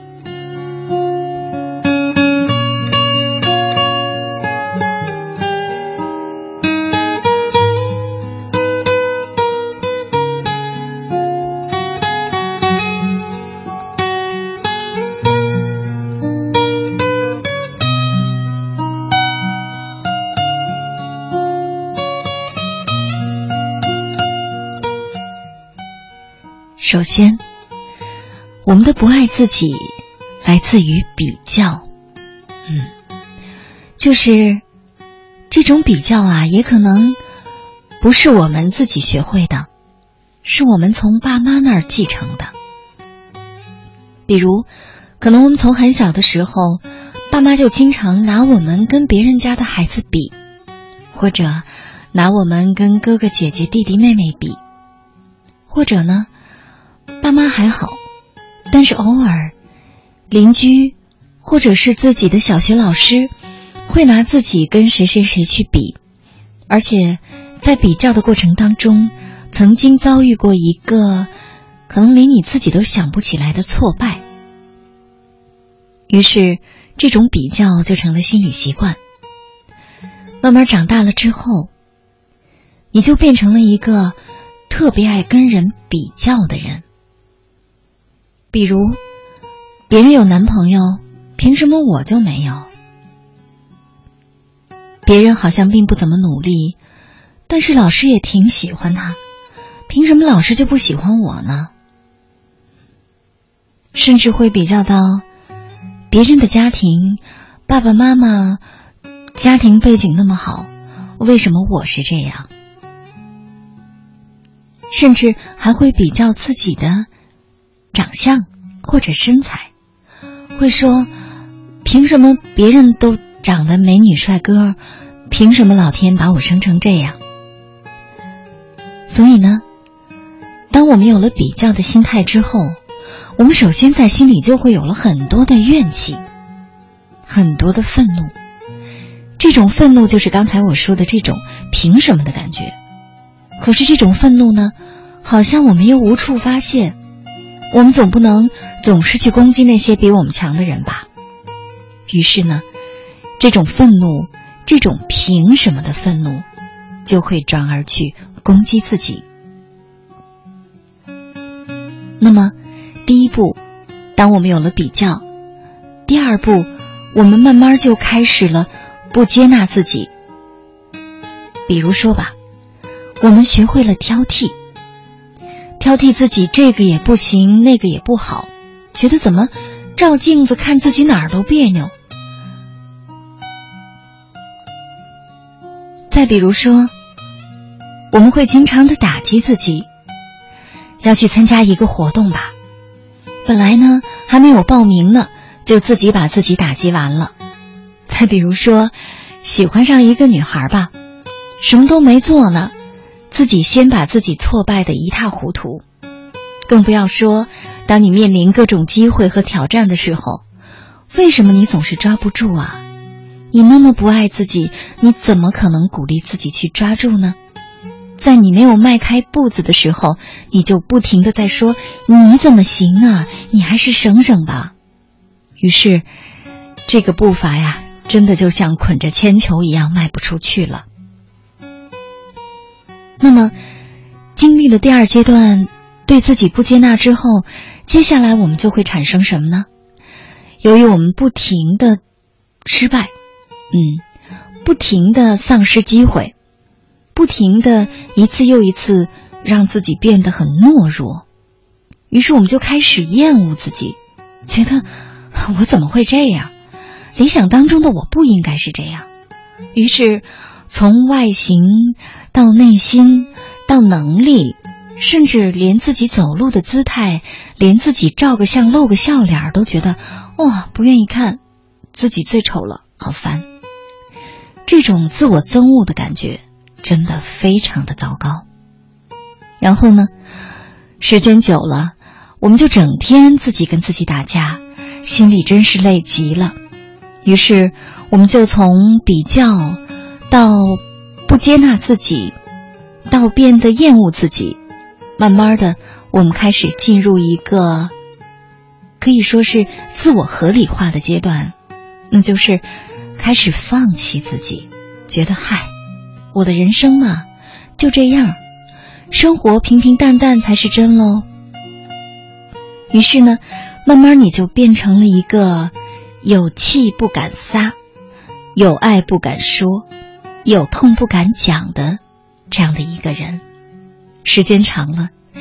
首先，我们的不爱自己来自于比较。嗯，就是这种比较啊，也可能不是我们自己学会的，是我们从爸妈那儿继承的。比如，可能我们从很小的时候，爸妈就经常拿我们跟别人家的孩子比，或者拿我们跟哥哥姐姐弟弟妹妹比，或者呢，爸妈还好，但是偶尔邻居或者是自己的小学老师会拿自己跟谁谁谁去比，而且在比较的过程当中曾经遭遇过一个可能连你自己都想不起来的挫败，于是这种比较就成了心理习惯。慢慢长大了之后，你就变成了一个特别爱跟人比较的人。比如别人有男朋友，凭什么我就没有？别人好像并不怎么努力，但是老师也挺喜欢他，凭什么老师就不喜欢我呢？甚至会比较到别人的家庭，爸爸妈妈家庭背景那么好，为什么我是这样？甚至还会比较自己的长相或者身材，会说凭什么别人都长得美女帅哥，凭什么老天把我生成这样？所以呢，当我们有了比较的心态之后，我们首先在心里就会有了很多的怨气，很多的愤怒。这种愤怒就是刚才我说的这种凭什么的感觉。可是这种愤怒呢，好像我们又无处发泄，我们总不能总是去攻击那些比我们强的人吧。于是呢，这种愤怒，这种凭什么的愤怒，就会转而去攻击自己。那么第一步，当我们有了比较，第二步，我们慢慢就开始了不接纳自己。比如说吧，我们学会了挑剔，挑剔自己这个也不行，那个也不好，觉得怎么照镜子看自己哪儿都别扭。再比如说，我们会经常的打击自己，要去参加一个活动吧，本来呢还没有报名呢，就自己把自己打击完了。再比如说，喜欢上一个女孩吧，什么都没做呢，自己先把自己挫败得一塌糊涂。更不要说当你面临各种机会和挑战的时候，为什么你总是抓不住啊？你那么不爱自己，你怎么可能鼓励自己去抓住呢？在你没有迈开步子的时候，你就不停地在说你怎么行啊，你还是省省吧。于是这个步伐呀，真的就像捆着铅球一样迈不出去了。那么经历了第二阶段对自己不接纳之后，接下来我们就会产生什么呢？由于我们不停的失败，嗯，不停的丧失机会，不停的一次又一次让自己变得很懦弱，于是我们就开始厌恶自己，觉得我怎么会这样？理想当中的我不应该是这样。于是从外形到内心到能力，甚至连自己走路的姿态，连自己照个相露个笑脸都觉得哇，不愿意看，自己最丑了，好烦。这种自我憎恶的感觉真的非常的糟糕。然后呢，时间久了，我们就整天自己跟自己打架，心里真是累极了。于是我们就从比较到不接纳自己，到变得厌恶自己，慢慢的我们开始进入一个可以说是自我合理化的阶段，那就是开始放弃自己，觉得嗨，我的人生嘛就这样，生活平平淡淡才是真咯。于是呢，慢慢你就变成了一个有气不敢撒，有爱不敢说，有痛不敢讲的这样的一个人。时间长了，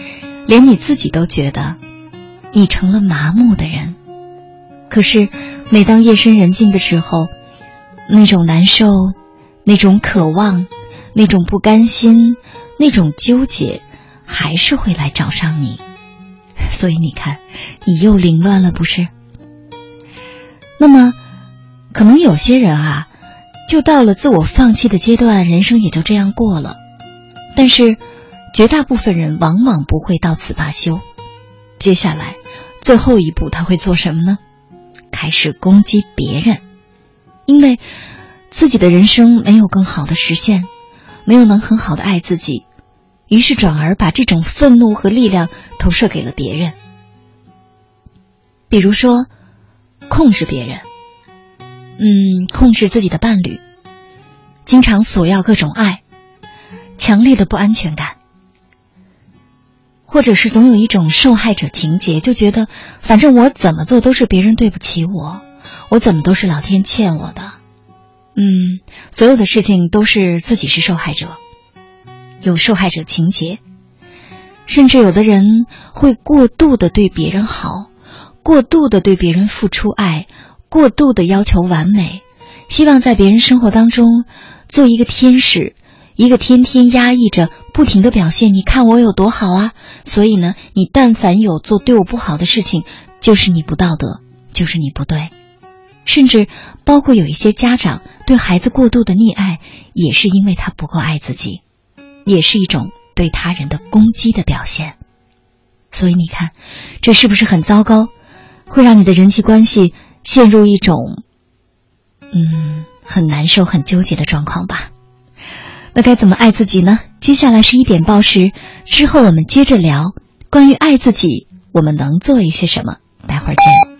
连你自己都觉得你成了麻木的人。可是每当夜深人静的时候，那种难受，那种渴望，那种不甘心，那种纠结还是会来找上你。所以你看，你又凌乱了，不是？那么可能有些人啊，就到了自我放弃的阶段，人生也就这样过了。但是绝大部分人往往不会到此罢休，接下来最后一步他会做什么呢？开始攻击别人。因为自己的人生没有更好的实现，没有能很好的爱自己，于是转而把这种愤怒和力量投射给了别人。比如说控制别人，嗯，控制自己的伴侣，经常索要各种爱，强烈的不安全感，或者是总有一种受害者情节，就觉得反正我怎么做都是别人对不起我，我怎么都是老天欠我的，嗯，所有的事情都是自己是受害者，有受害者情节。甚至有的人会过度的对别人好，过度的对别人付出爱，过度的要求完美，希望在别人生活当中做一个天使，一个天天压抑着不停的表现你看我有多好啊，所以呢你但凡有做对我不好的事情，就是你不道德，就是你不对。甚至包括有一些家长对孩子过度的溺爱，也是因为他不够爱自己，也是一种对他人的攻击的表现。所以你看，这是不是很糟糕？会让你的人际关系陷入一种嗯很难受很纠结的状况吧。那该怎么爱自己呢？接下来是一点报时，之后我们接着聊关于爱自己我们能做一些什么，待会儿见。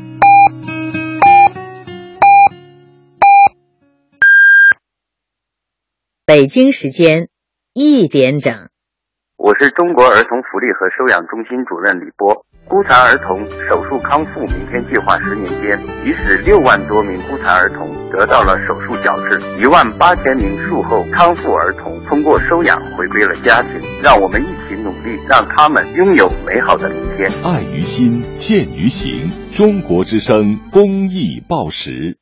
北京时间一点整， 我是中国儿童福利和收养中心主任李波。孤残儿童手术康复明天计划十年间，已使六万多名孤残儿童得到了手术矫治，一万八千名术后康复儿童通过收养回归了家庭。让我们一起努力，让他们拥有美好的明天。 爱于心，见于行。中国之声公益报时。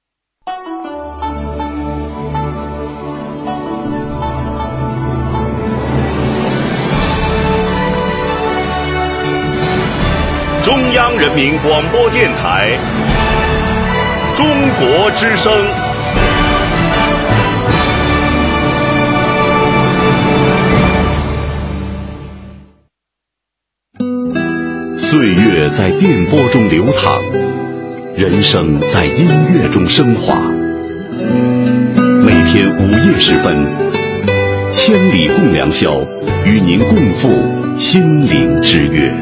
中央人民广播电台中国之声。岁月在电波中流淌，人生在音乐中升华。每天午夜时分，千里共良宵，与您共赴心灵之约。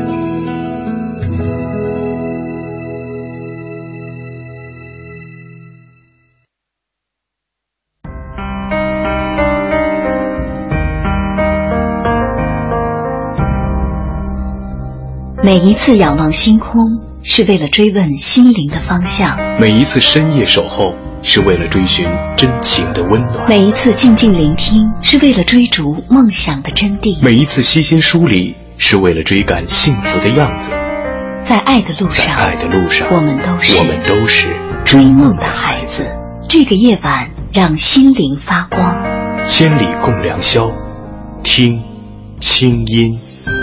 每一次仰望星空，是为了追问心灵的方向； 每一次深夜守候，是为了追寻真情的温暖； 每一次静静聆听，是为了追逐梦想的真谛； 每一次悉心梳理，是为了追赶幸福的样子。 在爱的路上， 在爱的路上， 我们都是我们都是追梦的孩子。这个夜晚，让心灵发光。 千里共良宵，听清音。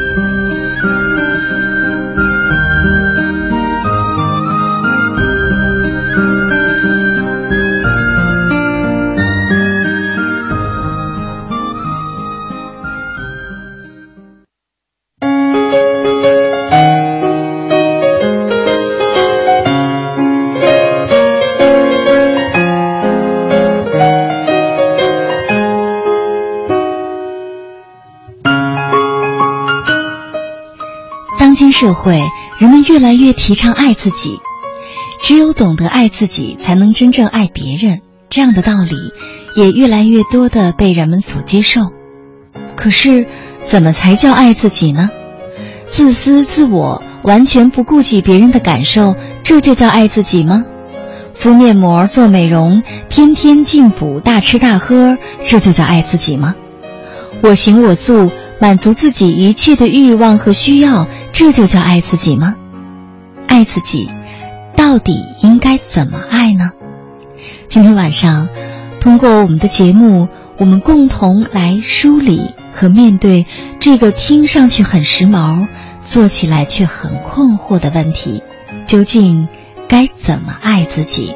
社会人们越来越提倡爱自己，只有懂得爱自己，才能真正爱别人，这样的道理也越来越多的被人们所接受。可是怎么才叫爱自己呢？自私自我，完全不顾及别人的感受，这就叫爱自己吗？敷面膜做美容，天天进补大吃大喝，这就叫爱自己吗？我行我素， 满足自己一切的欲望和需要，这就叫爱自己吗？爱自己到底应该怎么爱呢？今天晚上通过我们的节目，我们共同来梳理和面对这个听上去很时髦，做起来却很困惑的问题，究竟该怎么爱自己？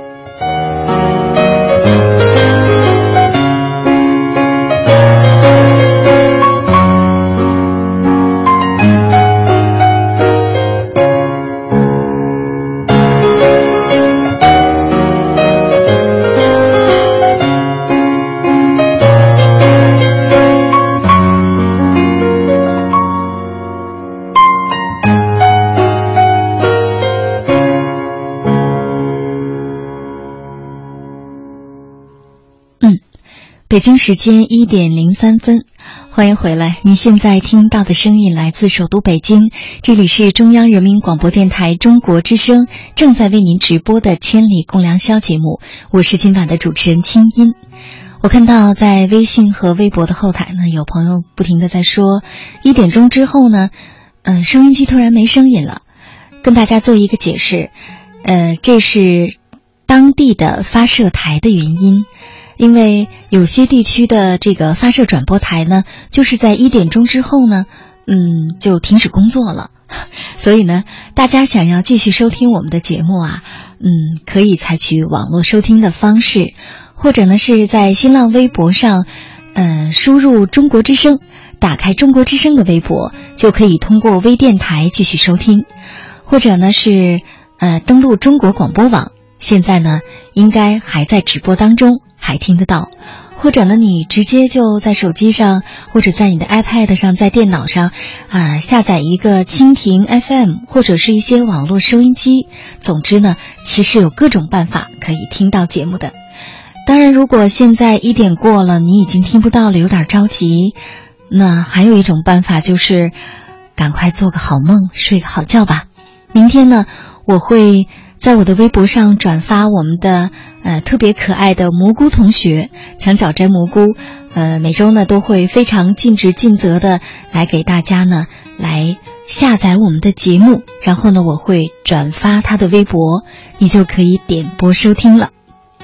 北京时间一点零三分，欢迎回来。您现在听到的声音来自首都北京，这里是中央人民广播电台中国之声正在为您直播的《千里共良宵》节目，我是今晚的主持人清音。我看到在微信和微博的后台呢，有朋友不停地在说，一点钟之后呢，嗯、呃，收音机突然没声音了，跟大家做一个解释，呃，这是当地的发射台的原因。因为有些地区的这个发射转播台呢，就是在一点钟之后呢，嗯，就停止工作了。所以呢，大家想要继续收听我们的节目啊，嗯，可以采取网络收听的方式，或者呢是在新浪微博上，呃，输入中国之声，打开中国之声的微博，就可以通过微电台继续收听，或者呢是呃登录中国广播网，现在呢应该还在直播当中。还听得到，或者呢你直接就在手机上或者在你的 iPad 上，在电脑上啊、呃、下载一个蜻蜓 F M 或者是一些网络收音机，总之呢其实有各种办法可以听到节目的。当然如果现在一点过了，你已经听不到了，有点着急，那还有一种办法就是赶快做个好梦，睡个好觉吧。明天呢我会在我的微博上转发我们的呃特别可爱的蘑菇同学墙角摘蘑菇，呃每周呢都会非常尽职尽责的来给大家呢来下载我们的节目，然后呢我会转发他的微博，你就可以点播收听了。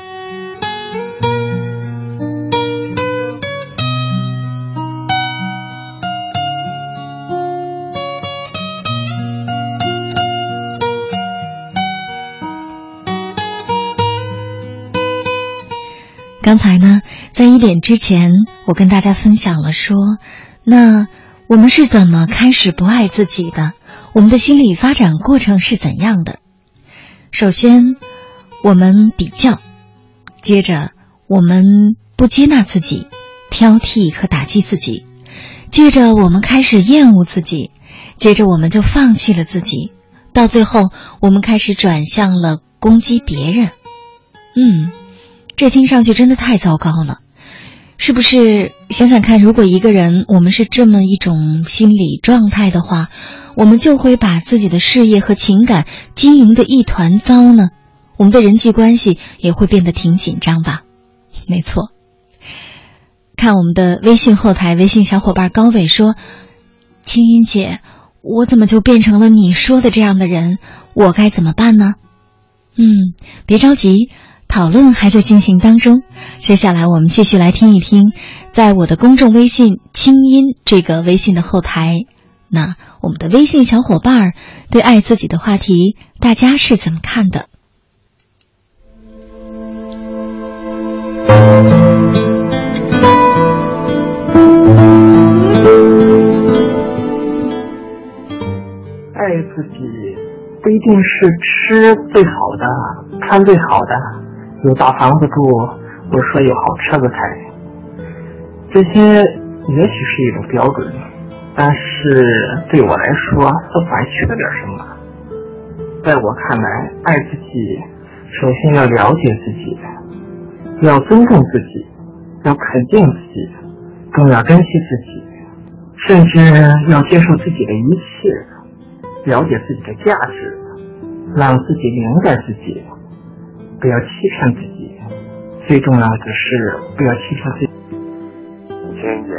刚才呢在一点之前我跟大家分享了说，那我们是怎么开始不爱自己的，我们的心理发展过程是怎样的。首先我们比较，接着我们不接纳自己，挑剔和打击自己，接着我们开始厌恶自己，接着我们就放弃了自己，到最后我们开始转向了攻击别人。嗯这听上去真的太糟糕了，是不是？想想看，如果一个人我们是这么一种心理状态的话，我们就会把自己的事业和情感经营得一团糟呢，我们的人际关系也会变得挺紧张吧。没错，看我们的微信后台，微信小伙伴高伟说，青音姐，我怎么就变成了你说的这样的人，我该怎么办呢？嗯，别着急，讨论还在进行当中，接下来我们继续来听一听，在我的公众微信清音这个微信的后台，那我们的微信小伙伴对爱自己的话题，大家是怎么看的？ 爱自己不一定是吃最好的，穿最好的，有大房子住，或者说有好车子开，这些也许是一种标准，但是对我来说都还缺点什么。在我看来，爱自己首先要了解自己，要尊重自己，要肯定自己，更要珍惜自己，甚至要接受自己的一切，了解自己的价值，让自己明白自己，不要欺骗自己，最重要的是不要欺骗自己。 青姐，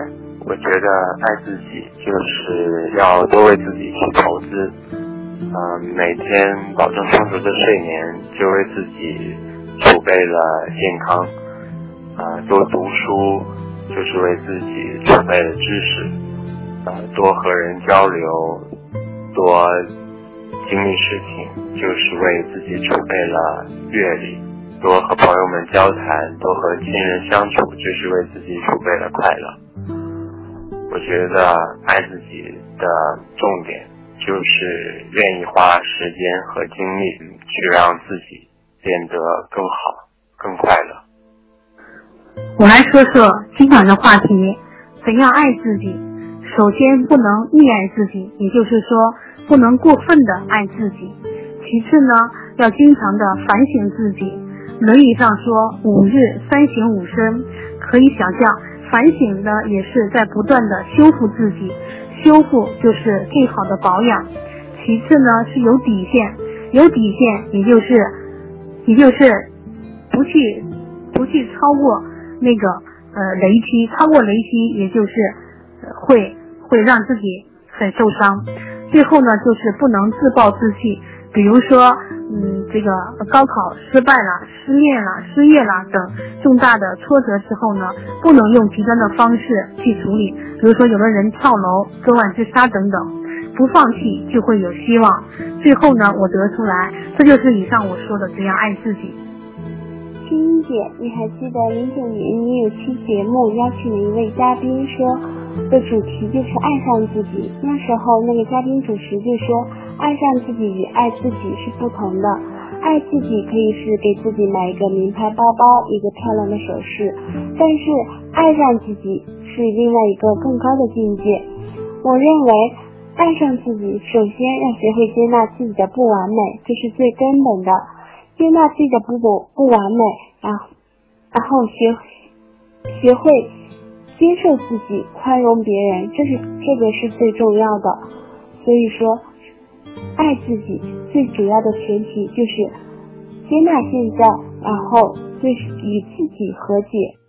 我觉得爱自己就是要多为自己去投资，嗯、呃，每天保证充足的睡眠，就为自己储备了健康，啊、呃，多读书就是为自己储备了知识，呃，多和人交流，多经历事情，就是为自己储备了阅历，多和朋友们交谈，多和亲人相处，就是为自己储备了快乐。我觉得爱自己的重点就是愿意花时间和精力去让自己变得更好更快乐。 我来说说今晚的话题，怎样爱自己。首先不能溺爱自己，也就是说不能过分的爱自己。其次呢，要经常的反省自己。论语上说五日三省吾身，可以想象反省呢也是在不断的修复自己，修复就是最好的保养。其次呢是有底线，有底线也就是也就是不去不去超过那个呃雷区，超过雷区也就是、呃、会会让自己很受伤。最后呢就是不能自暴自弃，比如说嗯，这个高考失败了、失恋了、失业了等重大的挫折之后呢，不能用极端的方式去处理，比如说有的人跳楼、割腕自杀等等，不放弃就会有希望。最后呢，我得出来，这就是以上我说的怎样爱自己。 青音姐，你还记得零九年你有期节目邀请了一位嘉宾说的主题就是爱上自己，那时候那个嘉宾主持就说爱上自己与爱自己是不同的，爱自己可以是给自己买一个名牌包包，一个漂亮的首饰，但是爱上自己是另外一个更高的境界。我认为爱上自己首先要学会接纳自己的不完美，这是最根本的，接纳自己的不不不完美，然后然后学学会接受自己，宽容别人，这是这个是最重要的。所以说爱自己最主要的前提就是接纳现在，然后对与自己和解。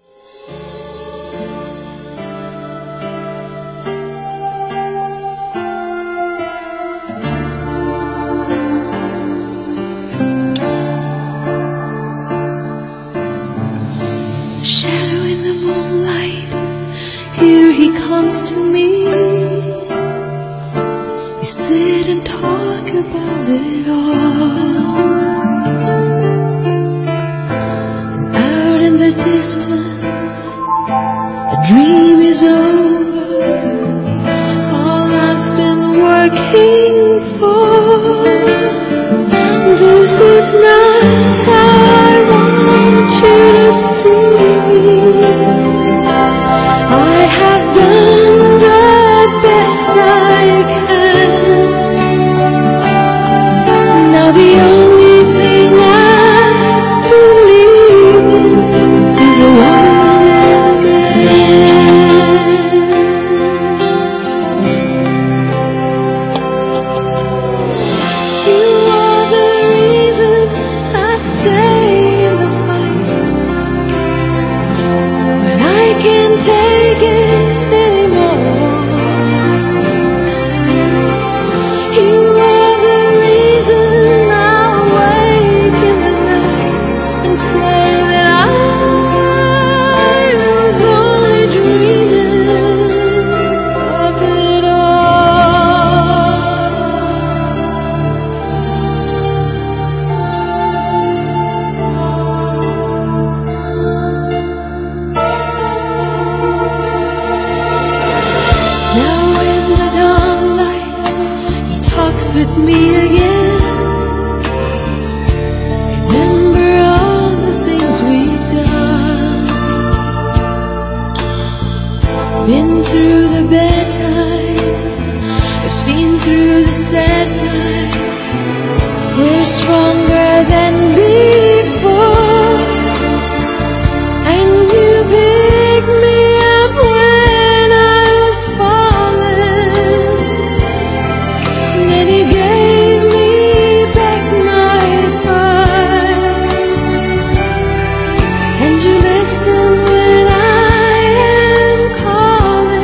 Shadow in the moonlight, here he comes to me. We sit and talk about it all. Out in the distance, a dream is over. All I've been working for. This is not how I want you to see me. I have done the best I can. Now the only thing I believe in is a one man. You are the reason I stay in the fight when I can't take it anymore. You are the reason I wake in the night and say that I was only dreaming of it all. Now in the dawn light, he talks with me again. Remember all the things we've done. Been through the bad times, we've seen through the sad times. We're stronger than before. And you picked me up when I was falling. Then you gave me back my pride. And you listen when I am calling.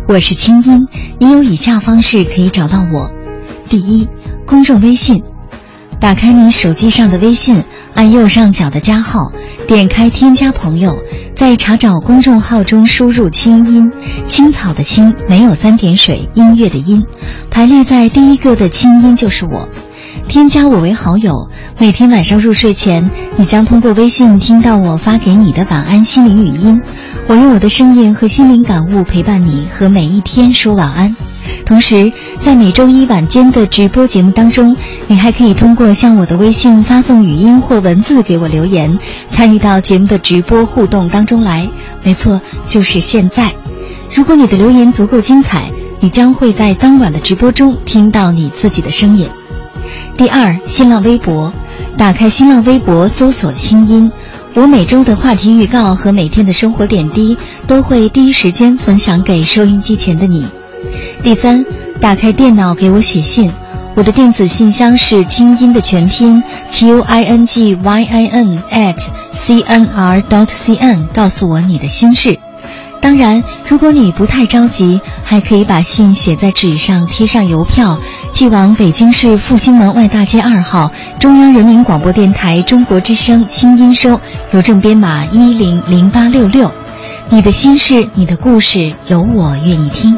我是清音，你有以下方式可以找到我。第一，公众微信，打开你手机上的微信，按右上角的加号，点开添加朋友，在查找公众号中输入清音，青草的青，没有三点水，音乐的音，排列在第一个的清音就是我。添加我为好友，每天晚上入睡前，你将通过微信听到我发给你的晚安心灵语音，我用我的声音和心灵感悟陪伴你和每一天说晚安。同时在每周一晚间的直播节目当中，你还可以通过向我的微信发送语音或文字给我留言，参与到节目的直播互动当中来。没错，就是现在。如果你的留言足够精彩，你将会在当晚的直播中听到你自己的声音。第二，新浪微博，打开新浪微博搜索清音，我每周的话题预告和每天的生活点滴都会第一时间分享给收音机前的你。第三，打开电脑给我写信，我的电子信箱是清音的全拼 Q I N G Y I N at C N R dot C N， 告诉我你的心事。当然，如果你不太着急，还可以把信写在纸上，贴上邮票，寄往北京市复兴门外大街二号中央人民广播电台中国之声清音收，邮政编码一零零八六六。你的心事，你的故事，有我愿意听。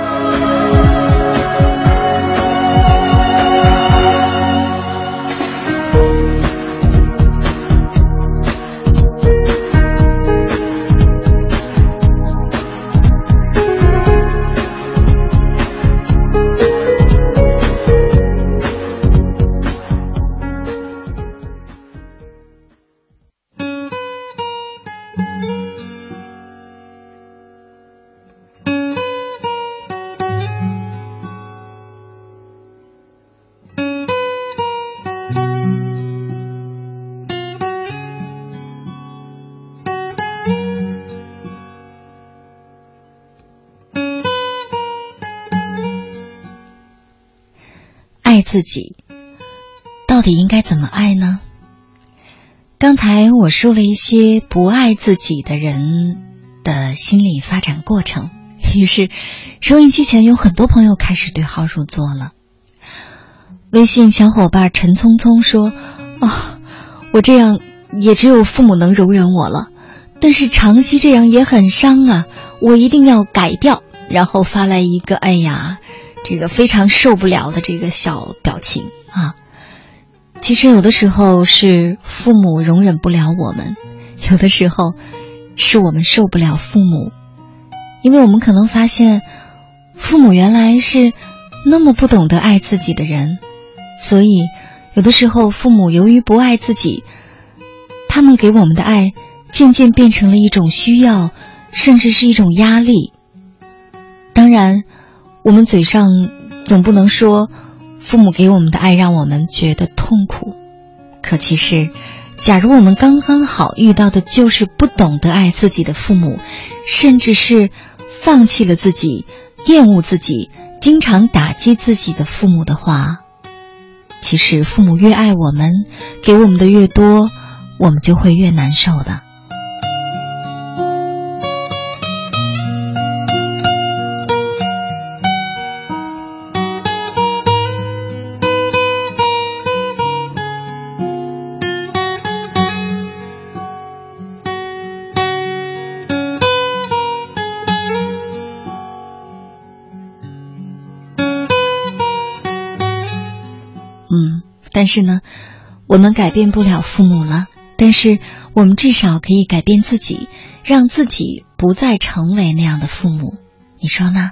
爱自己，到底应该怎么爱呢？刚才我说了一些不爱自己的人的心理发展过程，于是收音机前有很多朋友开始对号入座了。微信小伙伴陈聪聪说，哦，我这样也只有父母能容忍我了，但是长期这样也很伤啊，我一定要改掉。然后发来一个哎呀这个非常受不了的这个小表情啊。其实有的时候是父母容忍不了我们，有的时候是我们受不了父母，因为我们可能发现父母原来是那么不懂得爱自己的人，所以有的时候父母由于不爱自己，他们给我们的爱渐渐变成了一种需要，甚至是一种压力。当然我们嘴上总不能说父母给我们的爱让我们觉得痛苦，可其实假如我们刚刚好遇到的就是不懂得爱自己的父母，甚至是放弃了自己，厌恶自己，经常打击自己的父母的话，其实父母越爱我们，给我们的越多，我们就会越难受的。但是呢，我们改变不了父母了，但是我们至少可以改变自己，让自己不再成为那样的父母，你说呢？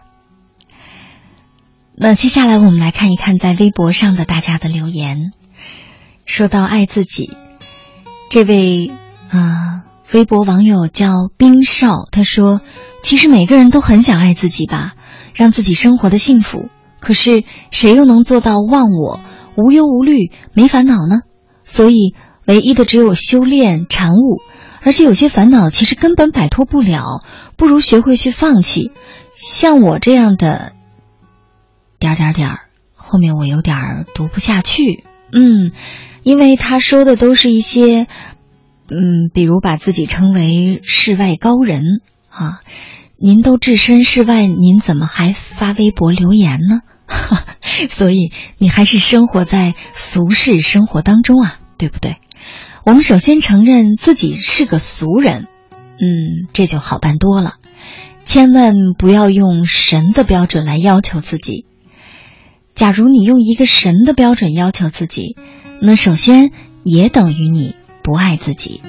那接下来我们来看一看在微博上的大家的留言。说到爱自己，这位呃微博网友叫冰少，他说其实每个人都很想爱自己吧，让自己生活的幸福，可是谁又能做到忘我，无忧无虑，没烦恼呢？所以唯一的只有修炼禅悟，而且有些烦恼其实根本摆脱不了，不如学会去放弃。像我这样的点点点，后面我有点读不下去。嗯，因为他说的都是一些嗯，比如把自己称为世外高人啊， 您都置身事外，您怎么还发微博留言呢？所以你还是生活在俗世生活当中啊，对不对？我们首先承认自己是个俗人，嗯，这就好办多了。千万不要用神的标准来要求自己。假如你用一个神的标准要求自己，那首先也等于你不爱自己。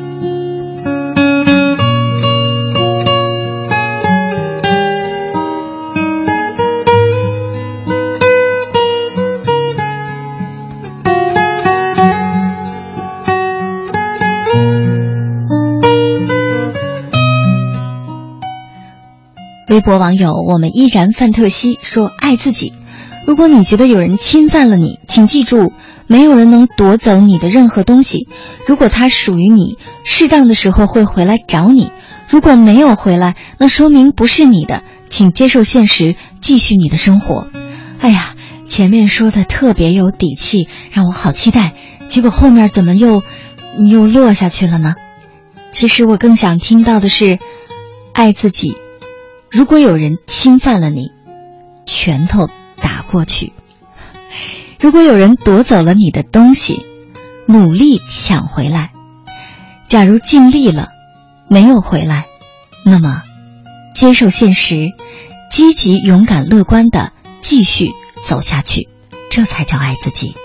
微博网友我们依然范特西说，爱自己。如果你觉得有人侵犯了你，请记住，没有人能夺走你的任何东西。如果它属于你，适当的时候会回来找你。如果没有回来，那说明不是你的，请接受现实，继续你的生活。哎呀，前面说的特别有底气，让我好期待，结果后面怎么又又落下去了呢？其实我更想听到的是，爱自己。如果有人侵犯了你，拳头打过去；如果有人夺走了你的东西，努力抢回来。假如尽力了，没有回来，那么接受现实，积极勇敢乐观地继续走下去，这才叫爱自己。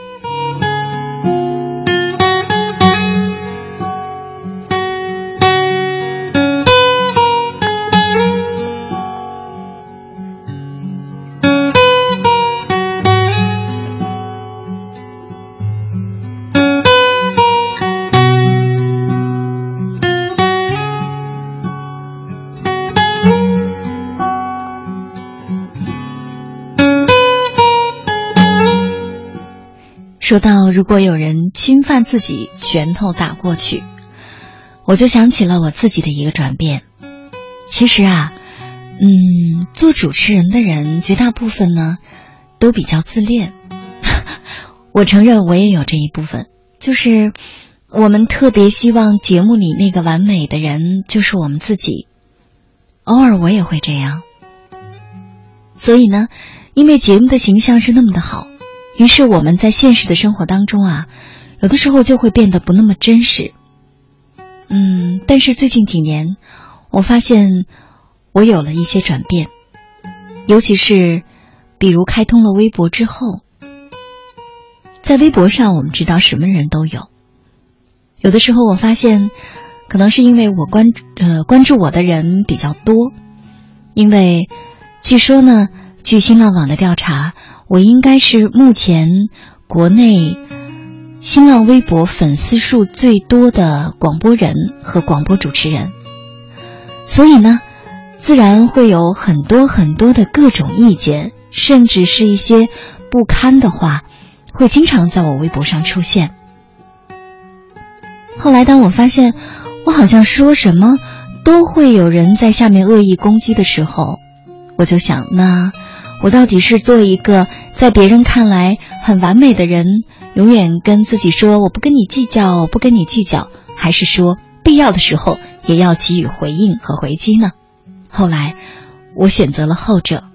说到如果有人侵犯自己，拳头打过去，我就想起了我自己的一个转变。其实啊，嗯，做主持人的人绝大部分呢都比较自恋。我承认我也有这一部分，就是我们特别希望节目里那个完美的人就是我们自己。偶尔我也会这样。所以呢，因为节目的形象是那么的好，于是我们在现实的生活当中啊，有的时候就会变得不那么真实。嗯，但是最近几年，我发现我有了一些转变，尤其是比如开通了微博之后。在微博上，我们知道什么人都有。有的时候我发现，可能是因为我关呃关注我的人比较多，因为据说呢，据新浪网的调查，我应该是目前国内新浪微博粉丝数最多的广播人和广播主持人，所以呢，自然会有很多很多的各种意见，甚至是一些不堪的话，会经常在我微博上出现。后来当我发现我好像说什么都会有人在下面恶意攻击的时候，我就想，那我到底是做一个在别人看来很完美的人，永远跟自己说我不跟你计较，我不跟你计较，还是说必要的时候也要给予回应和回击呢？后来我选择了后者。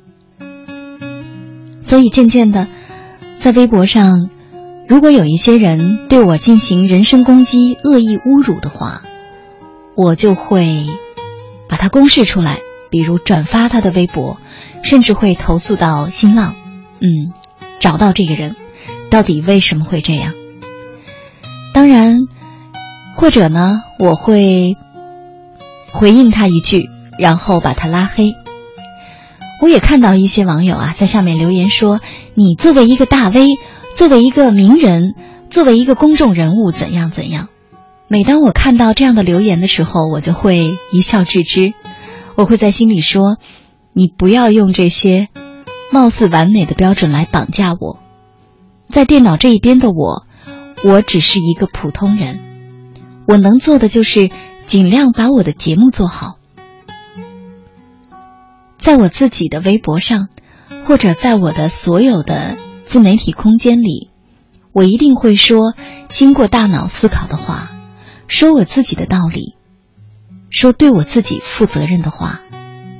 所以渐渐的，在微博上，如果有一些人对我进行人身攻击、恶意侮辱的话，我就会把它公示出来，比如转发他的微博，甚至会投诉到新浪，嗯，找到这个人到底为什么会这样。当然，或者呢，我会回应他一句，然后把他拉黑。我也看到一些网友啊在下面留言说，你作为一个大 V， 作为一个名人，作为一个公众人物，怎样怎样。每当我看到这样的留言的时候，我就会一笑置之。我会在心里说，你不要用这些貌似完美的标准来绑架我。在电脑这一边的我，我只是一个普通人，我能做的就是尽量把我的节目做好。在我自己的微博上，或者在我的所有的自媒体空间里，我一定会说经过大脑思考的话，说我自己的道理，说对我自己负责任的话。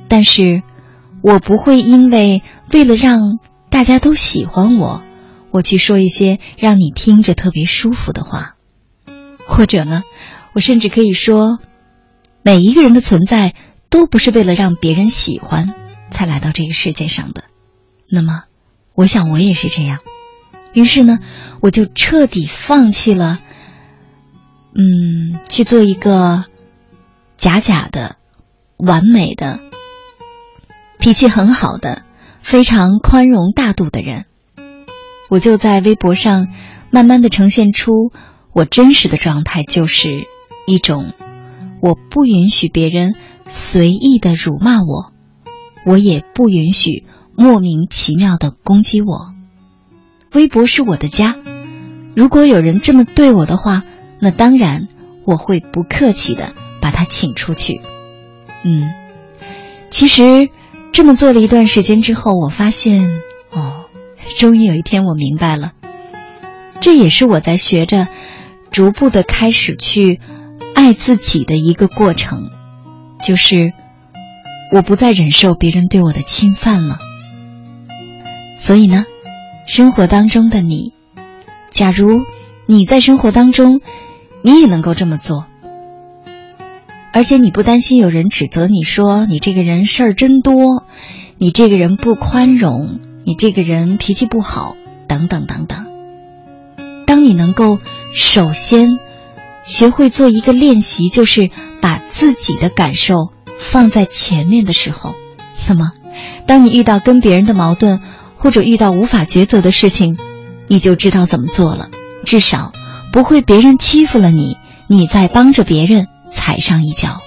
但是我不会因为为了让大家都喜欢我，我去说一些让你听着特别舒服的话。或者呢，我甚至可以说，每一个人的存在都不是为了让别人喜欢才来到这个世界上的。那么我想我也是这样，于是呢，我就彻底放弃了嗯，去做一个假假的完美的脾气很好的非常宽容大度的人。我就在微博上慢慢的呈现出我真实的状态，就是一种我不允许别人随意的辱骂我，我也不允许莫名其妙的攻击我。微博是我的家，如果有人这么对我的话，那当然我会不客气的把他请出去。嗯，其实这么做了一段时间之后，我发现哦，终于有一天我明白了，这也是我在学着逐步的开始去爱自己的一个过程，就是我不再忍受别人对我的侵犯了。所以呢，生活当中的你，假如你在生活当中你也能够这么做，而且你不担心有人指责你说你这个人事儿真多，你这个人不宽容，你这个人脾气不好，等等等等。当你能够首先学会做一个练习，就是把自己的感受放在前面的时候，那么当你遇到跟别人的矛盾，或者遇到无法抉择的事情，你就知道怎么做了，至少不会别人欺负了你，你再帮着别人踩上一脚。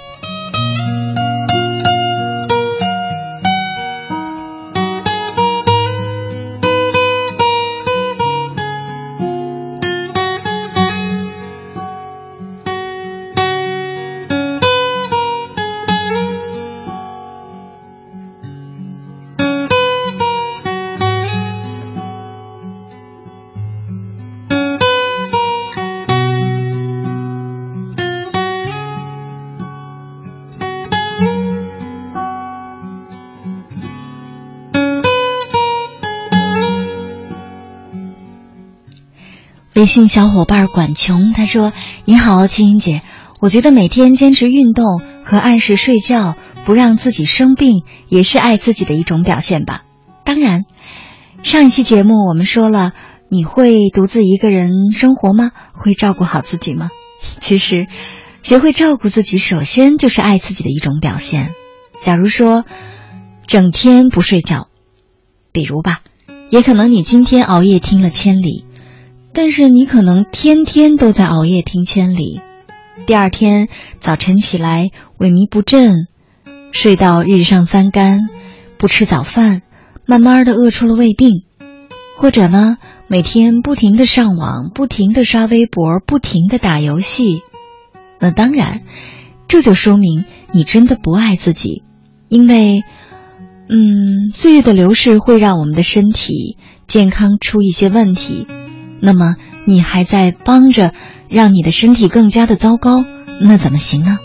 微信小伙伴管穷他说，你好青音姐，我觉得每天坚持运动和按时睡觉，不让自己生病，也是爱自己的一种表现吧。当然上一期节目我们说了，你会独自一个人生活吗？会照顾好自己吗？其实学会照顾自己首先就是爱自己的一种表现。假如说整天不睡觉，比如吧，也可能你今天熬夜听了千里，但是你可能天天都在熬夜听千里，第二天早晨起来萎靡不振，睡到日上三竿，不吃早饭，慢慢的饿出了胃病。或者呢，每天不停的上网，不停的刷微博，不停的打游戏。那当然这就说明你真的不爱自己，因为嗯，岁月的流逝会让我们的身体健康出一些问题，那么你还在帮着让你的身体更加的糟糕，那怎么行呢？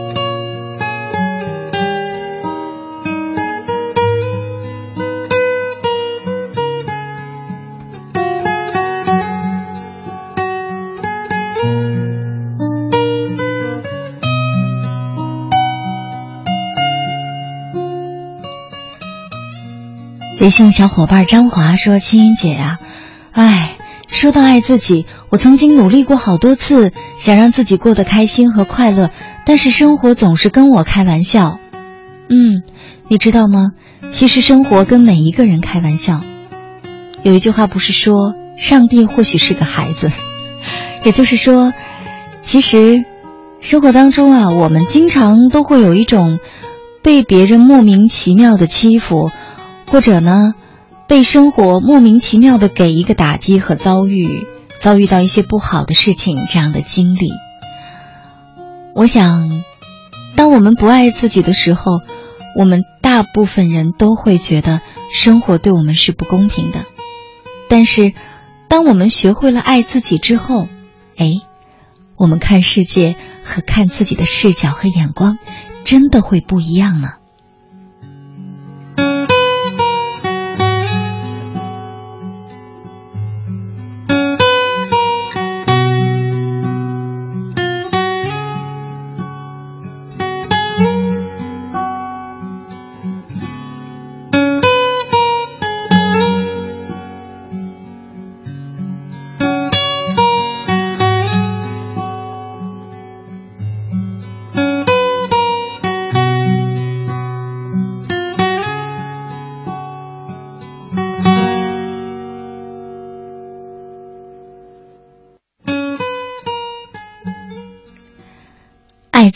微信小伙伴张华说，青音姐啊，哎，说到爱自己，我曾经努力过好多次，想让自己过得开心和快乐，但是生活总是跟我开玩笑。嗯，你知道吗？其实生活跟每一个人开玩笑。有一句话不是说，上帝或许是个孩子，也就是说，其实生活当中啊，我们经常都会有一种被别人莫名其妙的欺负，或者呢被生活莫名其妙的给一个打击和遭遇遭遇到一些不好的事情这样的经历。我想当我们不爱自己的时候，我们大部分人都会觉得生活对我们是不公平的。但是当我们学会了爱自己之后，哎，我们看世界和看自己的视角和眼光真的会不一样呢。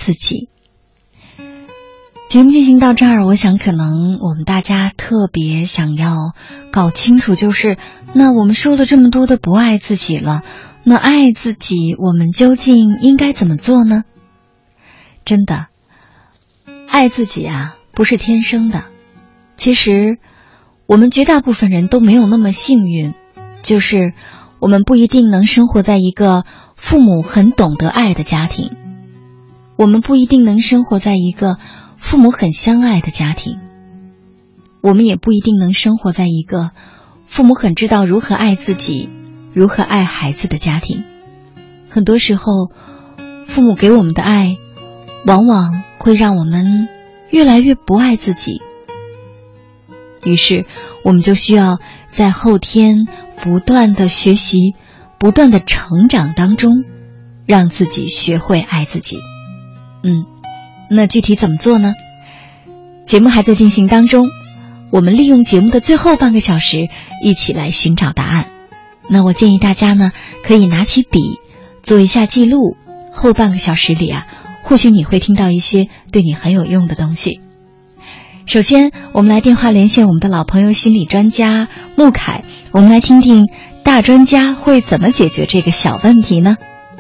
自己。节目进行到这儿，我想可能我们大家特别想要搞清楚，就是那我们说了这么多的不爱自己了，那爱自己我们究竟应该怎么做呢？真的，爱自己啊不是天生的，其实我们绝大部分人都没有那么幸运，就是我们不一定能生活在一个父母很懂得爱的家庭，我们不一定能生活在一个父母很相爱的家庭，我们也不一定能生活在一个父母很知道如何爱自己、如何爱孩子的家庭。很多时候，父母给我们的爱，往往会让我们越来越不爱自己。于是，我们就需要在后天不断的学习、不断的成长当中，让自己学会爱自己。嗯。那具体怎么做呢？节目还在进行当中，我们利用节目的最后半个小时一起来寻找答案。那我建议大家呢，可以拿起笔做一下记录，后半个小时里啊，或许你会听到一些对你很有用的东西。首先我们来电话连线我们的老朋友心理专家穆凯，我们来听听大专家会怎么解决这个小问题呢？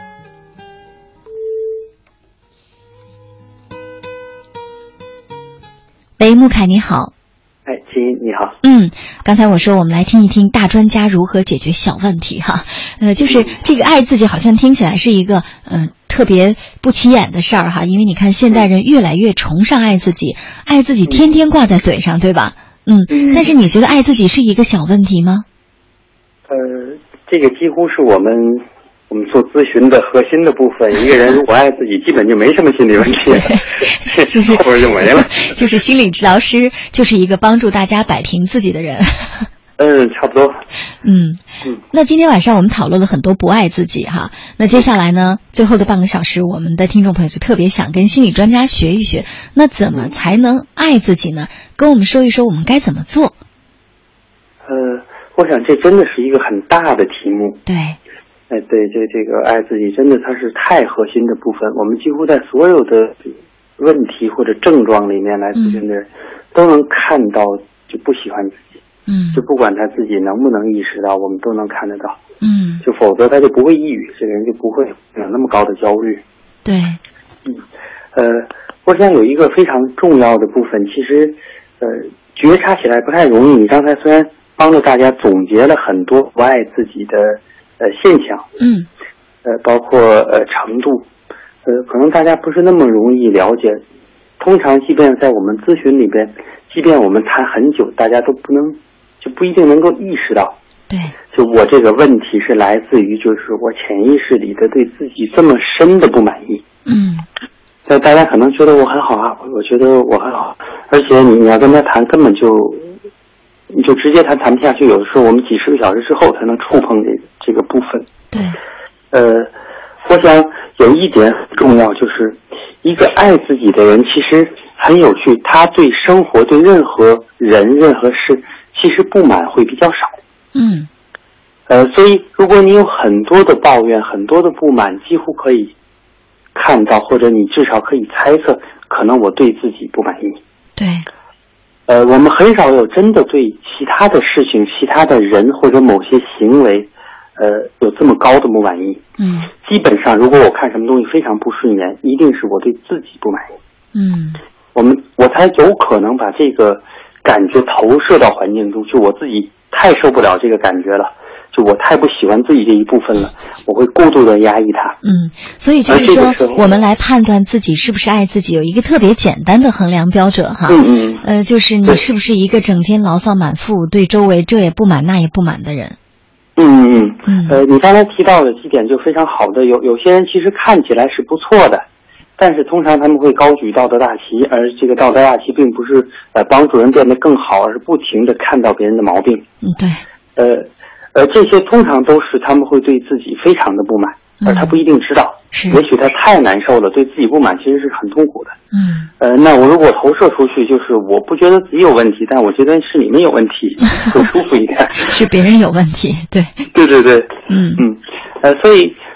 喂，穆凯你好。 哎，齐你好。 嗯，刚才我说我们来听一听大专家如何解决小问题哈。呃，就是这个爱自己好像听起来是一个嗯、呃、特别不起眼的事儿哈，因为你看现代人越来越崇尚爱自己，爱自己天天挂在嘴上，对吧？嗯，但是你觉得爱自己是一个小问题吗？ 呃，这个几乎是我们我们做咨询的核心的部分。一个人如果爱自己，基本就没什么心理问题了，后边就没了。 就是心理治疗师就是一个帮助大家摆平自己的人。 嗯，差不多。 嗯嗯。那今天晚上我们讨论了很多不爱自己哈，那接下来呢，最后的半个小时，我们的听众朋友就特别想跟心理专家学一学，那怎么才能爱自己呢？跟我们说一说我们该怎么做。 呃，我想这真的是一个很大的题目。 对。 哎，对，这这个爱自己真的它是太核心的部分。我们几乎在所有的问题或者症状里面来咨询的人，嗯、都能看到就不喜欢自己。 嗯， 就不管他自己能不能意识到，我们都能看得到。 嗯， 就否则他就不会抑郁，这个人就不会有那么高的焦虑。 对。 嗯，呃，我想有一个非常重要的部分，其实呃觉察起来不太容易。你刚才虽然帮助大家总结了很多不爱自己的呃现象， 嗯， 呃，包括呃程度，呃，可能大家不是那么容易了解。通常，即便在我们咨询里边，即便我们谈很久，大家都不能，就不一定能够意识到。 对， 就我这个问题是来自于，就是我潜意识里的对自己这么深的不满意。 嗯， 那大家可能觉得我很好啊，我觉得我很好，而且你你要跟他谈，根本就。你就直接谈谈不下去，有的时候我们几十个小时之后才能触碰这这个部分。 对， 呃，我想有一点很重要，就是一个爱自己的人其实很有趣，他对生活、对任何人、任何事，其实不满会比较少。 嗯， 呃，所以如果你有很多的抱怨、很多的不满，几乎可以看到，或者你至少可以猜测，可能我对自己不满意。 对。 呃，我们很少有真的对其他的事情、其他的人或者某些行为，呃，有这么高的不满意。 嗯， 基本上，如果我看什么东西非常不顺眼，一定是我对自己不满意。 嗯， 我们我才有可能把这个感觉投射到环境中，就我自己太受不了这个感觉了。就我太不喜欢自己这一部分了，我会过度的压抑它。 嗯，所以就是说，我们来判断自己是不是爱自己，有一个特别简单的衡量标准哈。 嗯嗯。 呃，就是你是不是一个整天牢骚满腹，对周围这也不满那也不满的人。 嗯嗯嗯。 呃，你刚才提到的几点就非常好的，有有些人其实看起来是不错的，但是通常他们会高举道德大旗，而这个道德大旗并不是呃帮助人变得更好，而是不停的看到别人的毛病。 嗯，对。 呃。呃，这些通常都是他们会对自己非常的不满，而他不一定知道。 是。 也许他太难受了，对自己不满其实是很痛苦的。 嗯。 呃，那我如果投射出去，就是我不觉得自己有问题，但我觉得是你们有问题，会舒服一点。 是别人有问题，对。 对对对。 嗯嗯。呃，所以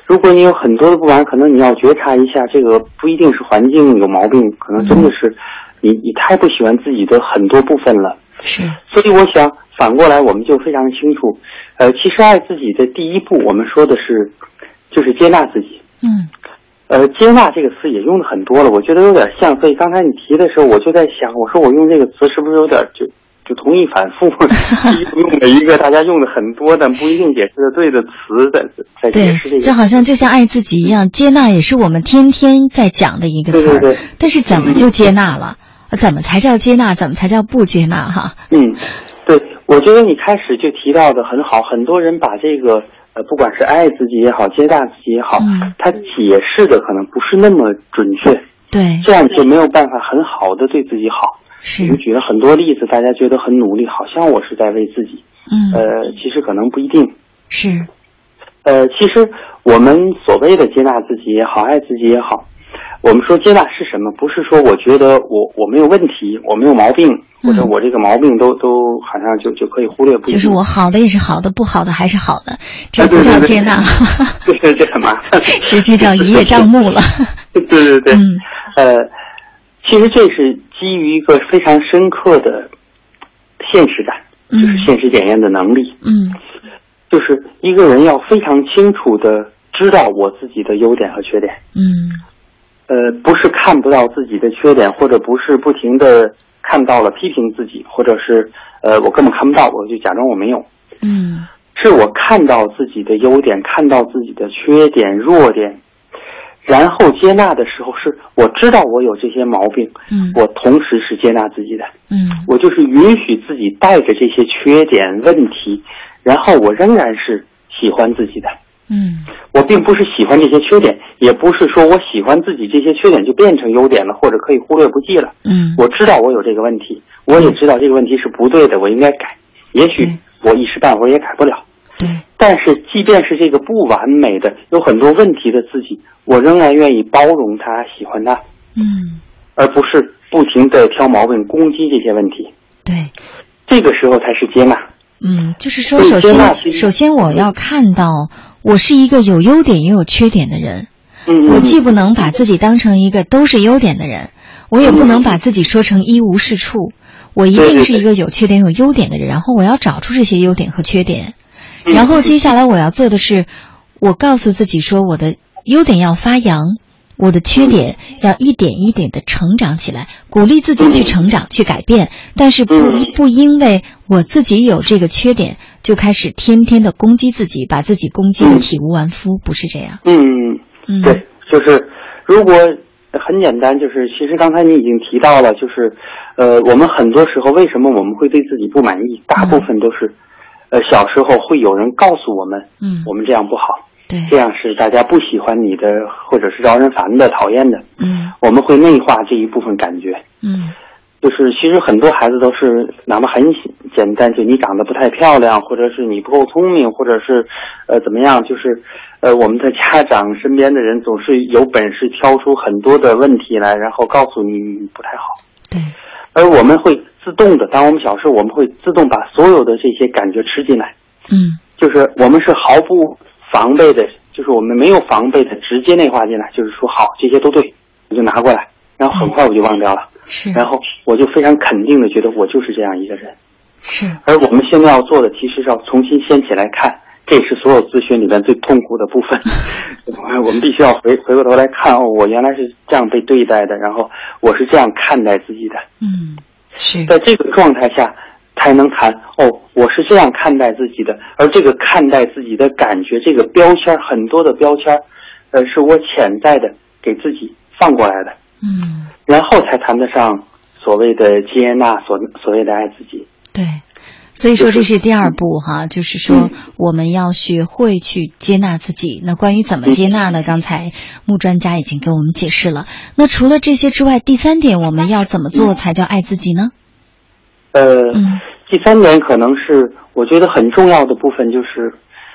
如果你有很多的不满，可能你要觉察一下，这个不一定是环境有毛病，可能真的是你你太不喜欢自己的很多部分了。 是。 所以我想反过来，我们就非常清楚，呃，其实爱自己的第一步，我们说的是就是接纳自己。 嗯。 呃，接纳这个词也用的很多了，我觉得有点像。所以刚才你提的时候，我就在想，我说我用这个词是不是有点就就同义反复，用了一个大家用的很多但不一定解释的对的词，在在解释这个。 对，就好像就像爱自己一样，接纳也是我们天天在讲的一个词儿。 对对对。 但是怎么就接纳了？怎么才叫接纳？怎么才叫不接纳？哈。 嗯，对，我觉得你开始就提到的很好，很多人把这个。呃，不管是爱自己也好，接纳自己也好， 嗯， 他解释的可能不是那么准确， 对， 这样就没有办法很好的对自己好。 是， 你举了很多例子，大家觉得很努力，好像我是在为自己， 嗯， 呃，其实可能不一定。 是， 呃，其实我们所谓的接纳自己也好，爱自己也好，我们说接纳是什么？不是说我觉得我我没有问题，我没有毛病。或者我这个毛病都都好像就就可以忽略不计， 就是我好的也是好的，不好的还是好的，这不叫接纳， 对对对，这很麻烦， 是这叫一叶障目了。 对对对， 嗯， 呃，其实这是基于一个非常深刻的现实感， 嗯、 就是现实检验的能力。 嗯， 就是一个人要非常清楚的知道我自己的优点和缺点。 嗯， 呃，不是看不到自己的缺点，或者不是不停的。看到了批评自己，或者是呃我根本看不到，我就假装我没有。 嗯， 是我看到自己的优点，看到自己的缺点、弱点，然后接纳的时候，是我知道我有这些毛病， 嗯， 我同时是接纳自己的， 嗯， 我就是允许自己带着这些缺点、问题，然后我仍然是喜欢自己的。 嗯， 我并不是喜欢这些缺点，也不是说我喜欢自己这些缺点就变成优点了，或者可以忽略不计了。 嗯， 我知道我有这个问题，我也知道这个问题是不对的，我应该改。也许我一时半会儿也改不了。 对。 但是即便是这个不完美的、有很多问题的自己，我仍然愿意包容他、喜欢他。 嗯。 而不是不停地挑毛病、攻击这些问题。 对。 这个时候才是接纳。 嗯，就是说，首先，首先我要看到我是一个有优点也有缺点的人。 嗯， 我既不能把自己当成一个都是优点的人，我也不能把自己说成一无是处。我一定是一个有缺点有优点的人，然后我要找出这些优点和缺点，然后接下来我要做的是，我告诉自己说，我的优点要发扬。我的缺点要一点一点的成长起来，鼓励自己去成长、去改变，但是不不因为我自己有这个缺点就开始天天的攻击自己，把自己攻击的体无完肤，不是这样。 嗯嗯，对，就是如果很简单，就是其实刚才你已经提到了，就是呃，我们很多时候为什么我们会对自己不满意，大部分都是呃小时候会有人告诉我们， 嗯， 我们这样不好。 对， 这样是大家不喜欢你的，或者是招人烦的、讨厌的。 嗯， 我们会内化这一部分感觉。 嗯， 就是其实很多孩子都是哪怕很简单，就你长得不太漂亮，或者是你不够聪明，或者是呃怎么样，就是呃我们的家长身边的人总是有本事挑出很多的问题来，然后告诉你你不太好。 对， 而我们会自动的，当我们小时候，我们会自动把所有的这些感觉吃进来。 嗯， 就是我们是毫不防备的，就是我们没有防备的直接内化进来，就是说好，这些都对，我就拿过来，然后很快我就忘掉了。 是， 然后我就非常肯定的觉得我就是这样一个人。 是。 而我们现在要做的，其实是要重新掀起来看，这也是所有咨询里面最痛苦的部分。我们必须要回回过头来看，哦，我原来是这样被对待的，然后我是这样看待自己的。 嗯，是。 在这个状态下才能谈哦，我是这样看待自己的，而这个看待自己的感觉，这个标签，很多的标签，呃，是我潜在的给自己放过来的， 嗯， 然后才谈得上所谓的接纳，所所谓的爱自己。 对，所以说这是第二步哈，嗯、就是说我们要学会去接纳自己。那关于怎么接纳呢？刚才穆专家已经给我们解释了。那除了这些之外，第三点我们要怎么做才叫爱自己呢？ 呃， 嗯、 第三点可能是我觉得很重要的部分，就是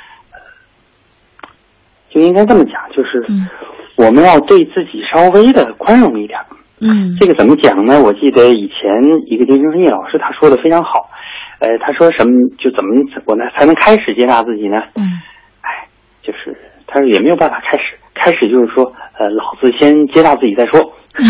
就应该这么讲，就是我们要对自己稍微的宽容一点。 嗯， 这个怎么讲呢？我记得以前一个金正叶老师他说的非常好，呃，他说什么就怎么我呢才能开始接纳自己呢？ 嗯， 哎，就是他说也没有办法开始，开始就是说，呃，老子先接纳自己再说。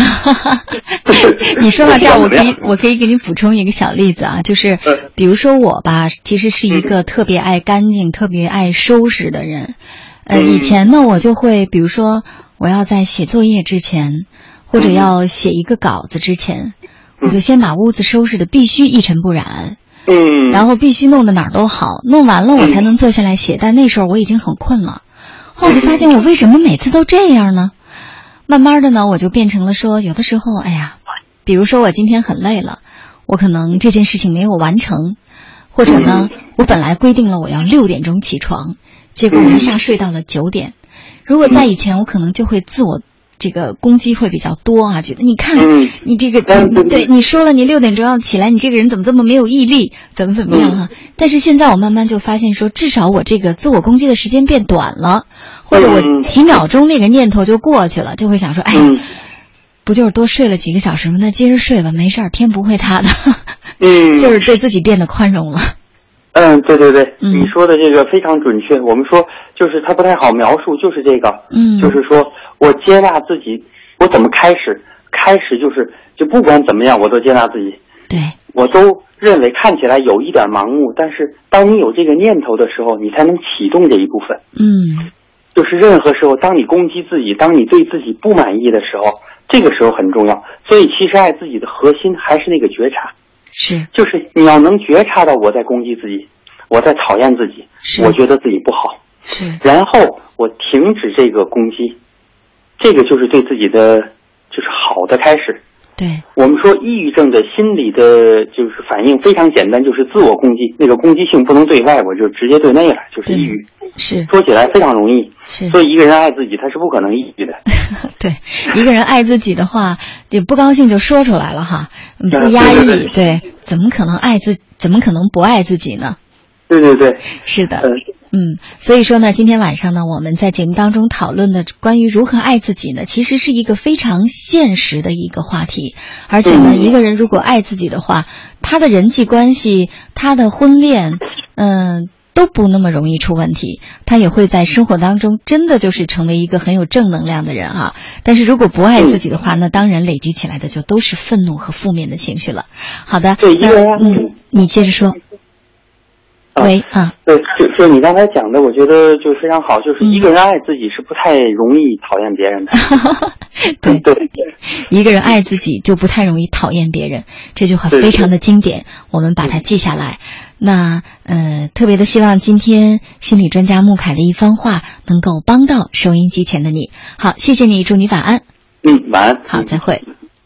你说到这儿，我可以我可以给你补充一个小例子啊，就是比如说我吧，其实是一个特别爱干净、特别爱收拾的人。呃，以前呢，我就会比如说我要在写作业之前，或者要写一个稿子之前，我就先把屋子收拾的必须一尘不染。 嗯， 然后必须弄得哪儿都好，弄完了我才能坐下来写。但那时候我已经很困了，后来我就发现我为什么每次都这样呢？慢慢的呢，我就变成了说，有的时候，哎呀，比如说我今天很累了，我可能这件事情没有完成，或者呢，我本来规定了我要六点钟起床，结果我一下睡到了九点。如果在以前，我可能就会自我这个攻击会比较多啊，觉得你看你这个对你说了你六点钟要起来，你这个人怎么这么没有毅力，怎么怎么样哈、啊？但是现在我慢慢就发现说，至少我这个自我攻击的时间变短了。或者我几秒钟那个念头就过去了，就会想说，哎，不就是多睡了几个小时吗？那接着睡吧，没事儿，天不会塌的。嗯，就是对自己变得宽容了。 嗯，对对对，嗯、你说的这个非常准确。我们说就是它不太好描述，就是这个，嗯，就是说我接纳自己，我怎么开始？开始就是就不管怎么样，我都接纳自己。 对， 我都认为看起来有一点盲目，但是当你有这个念头的时候，你才能启动这一部分。 嗯。 就是任何时候，当你攻击自己，当你对自己不满意的时候，这个时候很重要。所以其实爱自己的核心还是那个觉察， 是， 就是你要能觉察到我在攻击自己，我在讨厌自己，我觉得自己不好， 是， 然后我停止这个攻击，这个就是对自己的就是好的开始。 对， 我们说抑郁症的心理的就是反应非常简单，就是自我攻击，那个攻击性不能对外，我就直接对内了，就是抑郁。 是， 说起来非常容易， 是， 所以一个人爱自己，他是不可能抑郁的。 对，一个人爱自己的话，就不高兴就说出来了哈，不压抑，对, 对, 对，怎么可能爱自，怎么可能不爱自己呢？ 对对对， 是的。呃嗯，所以说呢，今天晚上呢，我们在节目当中讨论的关于如何爱自己呢，其实是一个非常现实的一个话题。而且呢，一个人如果爱自己的话，他的人际关系，他的婚恋，嗯、呃，都不那么容易出问题。他也会在生活当中真的就是成为一个很有正能量的人啊。但是如果不爱自己的话，那当然累积起来的就都是愤怒和负面的情绪了。好的，那嗯，你接着说。喂，啊， 对，就就你刚才讲的，我觉得就非常好，就是一个人爱自己是不太容易讨厌别人的。 对对对， 一个人爱自己就不太容易讨厌别人，这句话非常的经典，我们把它记下来。那呃，特别的希望今天心理专家穆凯的一番话能够帮到收音机前的你。好，谢谢你，祝你晚安。 嗯，晚安。 好，再会。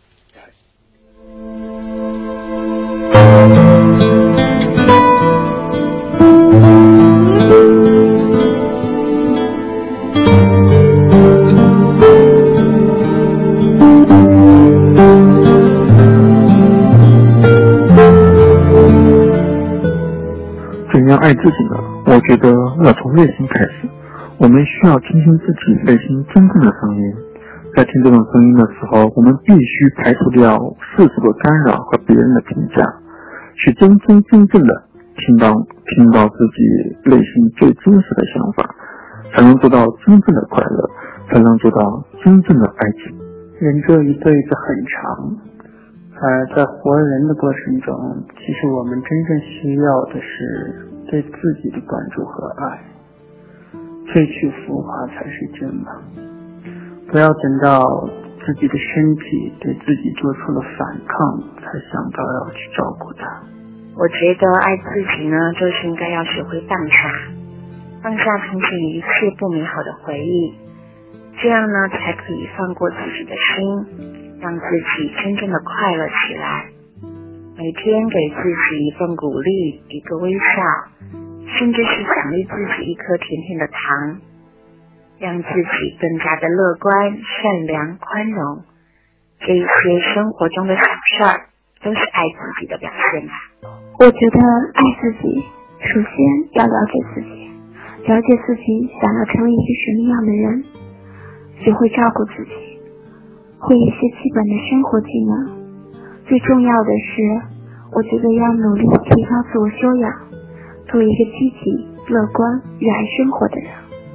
怎样爱自己呢？我觉得要从内心开始，我们需要听听自己内心真正的声音。在听这种声音的时候，我们必须排除掉世俗的干扰和别人的评价，去真真正正的听到听到自己内心最真实的想法，才能做到真正的快乐，才能做到真正的爱情。 人这一辈子很长，而在活人的过程中，其实我们真正需要的是对自己的关注和爱，褪去浮华才是真嘛。不要等到自己的身体对自己做出了反抗，才想到要去照顾它。 我觉得爱自己呢，就是应该要学会放下，放下从前一切不美好的回忆，这样呢，才可以放过自己的心，让自己真正的快乐起来。每天给自己一份鼓励，一个微笑，甚至是奖励自己一颗甜甜的糖，让自己更加的乐观、善良、宽容。这一些生活中的小事儿，都是爱自己的表现吧。 我觉得爱自己，首先要了解自己，了解自己想要成为一个什么样的人，学会照顾自己，会一些基本的生活技能。最重要的是，我觉得要努力提高自我修养，做一个积极、乐观、热爱生活的人。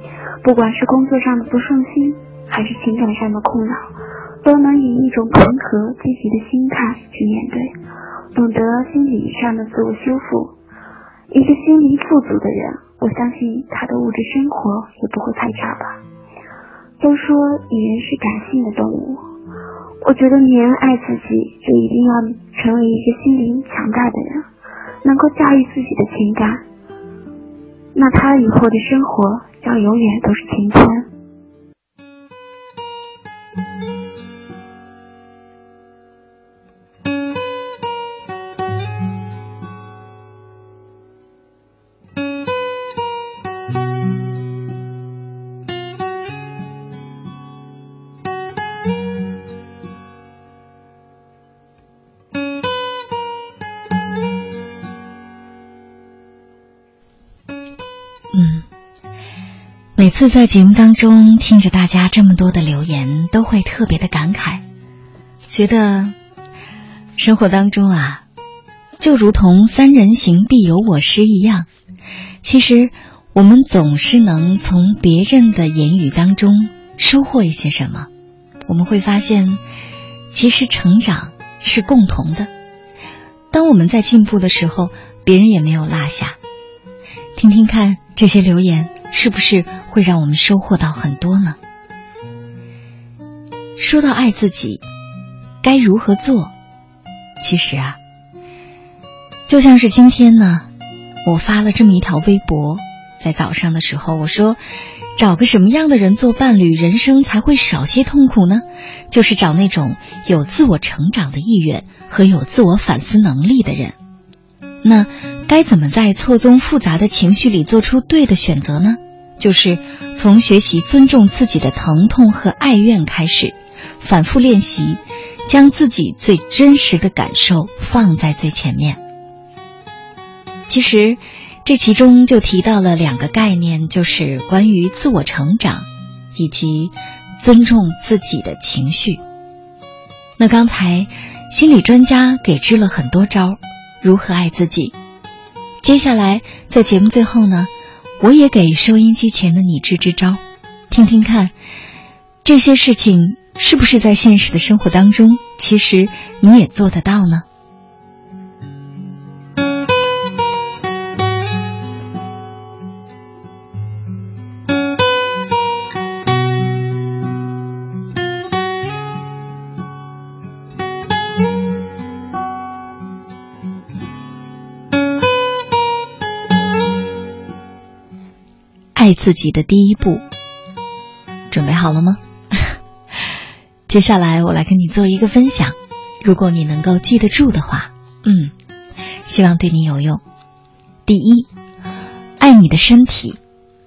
不管是工作上的不顺心，还是情感上的困扰，都能以一种平和积极的心态去面对，懂得心理上的自我修复。一个心灵富足的人，我相信他的物质生活也不会太差吧。都说女人是感性的动物，我觉得女人爱自己就一定要成为一个心灵强大的人，能够驾驭自己的情感，那她以后的生活将永远都是晴天。 每次在节目当中听着大家这么多的留言，都会特别的感慨，觉得生活当中啊，就如同三人行必有我师一样，其实我们总是能从别人的言语当中收获一些什么。我们会发现，其实成长是共同的，当我们在进步的时候，别人也没有落下。听听看这些留言是不是会让我们收获到很多呢？说到爱自己该如何做，其实啊，就像是今天呢，我发了这么一条微博，在早上的时候我说，找个什么样的人做伴侣，人生才会少些痛苦呢？就是找那种有自我成长的意愿和有自我反思能力的人。那该怎么在错综复杂的情绪里做出对的选择呢？就是从学习尊重自己的疼痛和哀怨开始，反复练习，将自己最真实的感受放在最前面。其实这其中就提到了两个概念，就是关于自我成长以及尊重自己的情绪。那刚才心理专家给支了很多招，如何爱自己。接下来在节目最后呢，我也给收音机前的你支支招，听听看这些事情是不是在现实的生活当中，其实你也做得到呢？爱自己的第一步，准备好了吗？接下来我来跟你做一个分享，如果你能够记得住的话，嗯，希望对你有用。第一，爱你的身体。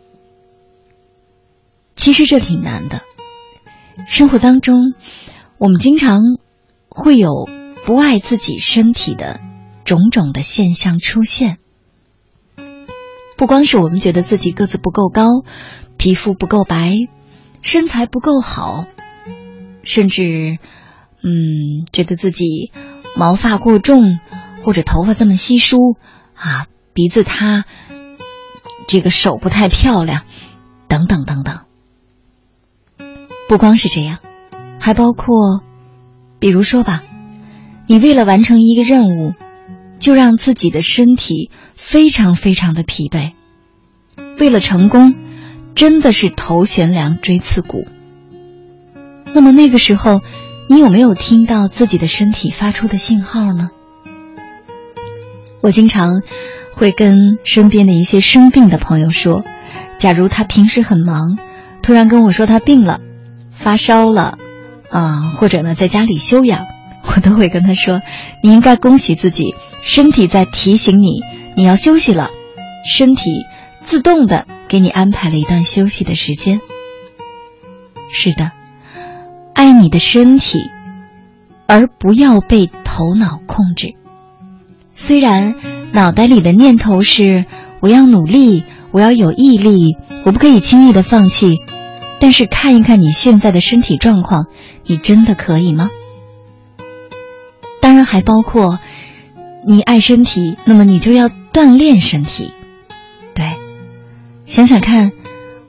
其实这挺难的，生活当中我们经常会有不爱自己身体的种种的现象出现。不光是我们觉得自己个子不够高，皮肤不够白，身材不够好，甚至嗯，觉得自己毛发过重，或者头发这么稀疏啊，鼻子塌，这个手不太漂亮，等等等等。不光是这样，还包括比如说吧，你为了完成一个任务，就让自己的身体非常非常的疲惫，为了成功真的是头悬梁锥刺股。那么那个时候你有没有听到自己的身体发出的信号呢？我经常会跟身边的一些生病的朋友说，假如他平时很忙，突然跟我说他病了，发烧了啊、呃，或者呢在家里休养，我都会跟他说，你应该恭喜自己，身体在提醒你你要休息了，身体自动的给你安排了一段休息的时间。是的，爱你的身体，而不要被头脑控制。虽然脑袋里的念头是我要努力，我要有毅力，我不可以轻易的放弃，但是看一看你现在的身体状况，你真的可以吗？当然还包括你爱身体，那么你就要锻炼身体。对，想想看，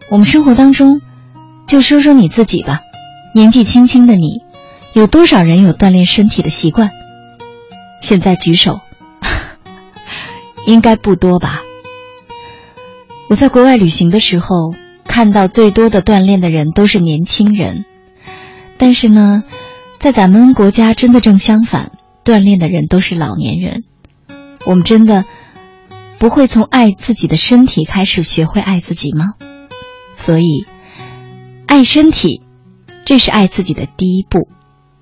我们生活当中，就说说你自己吧。年纪轻轻的你，有多少人有锻炼身体的习惯？现在举手。应该不多吧。我在国外旅行的时候，看到最多的锻炼的人都是年轻人，但是呢，在咱们国家真的正相反，锻炼的人都是老年人。我们真的不会从爱自己的身体开始学会爱自己吗？所以爱身体，这是爱自己的第一步。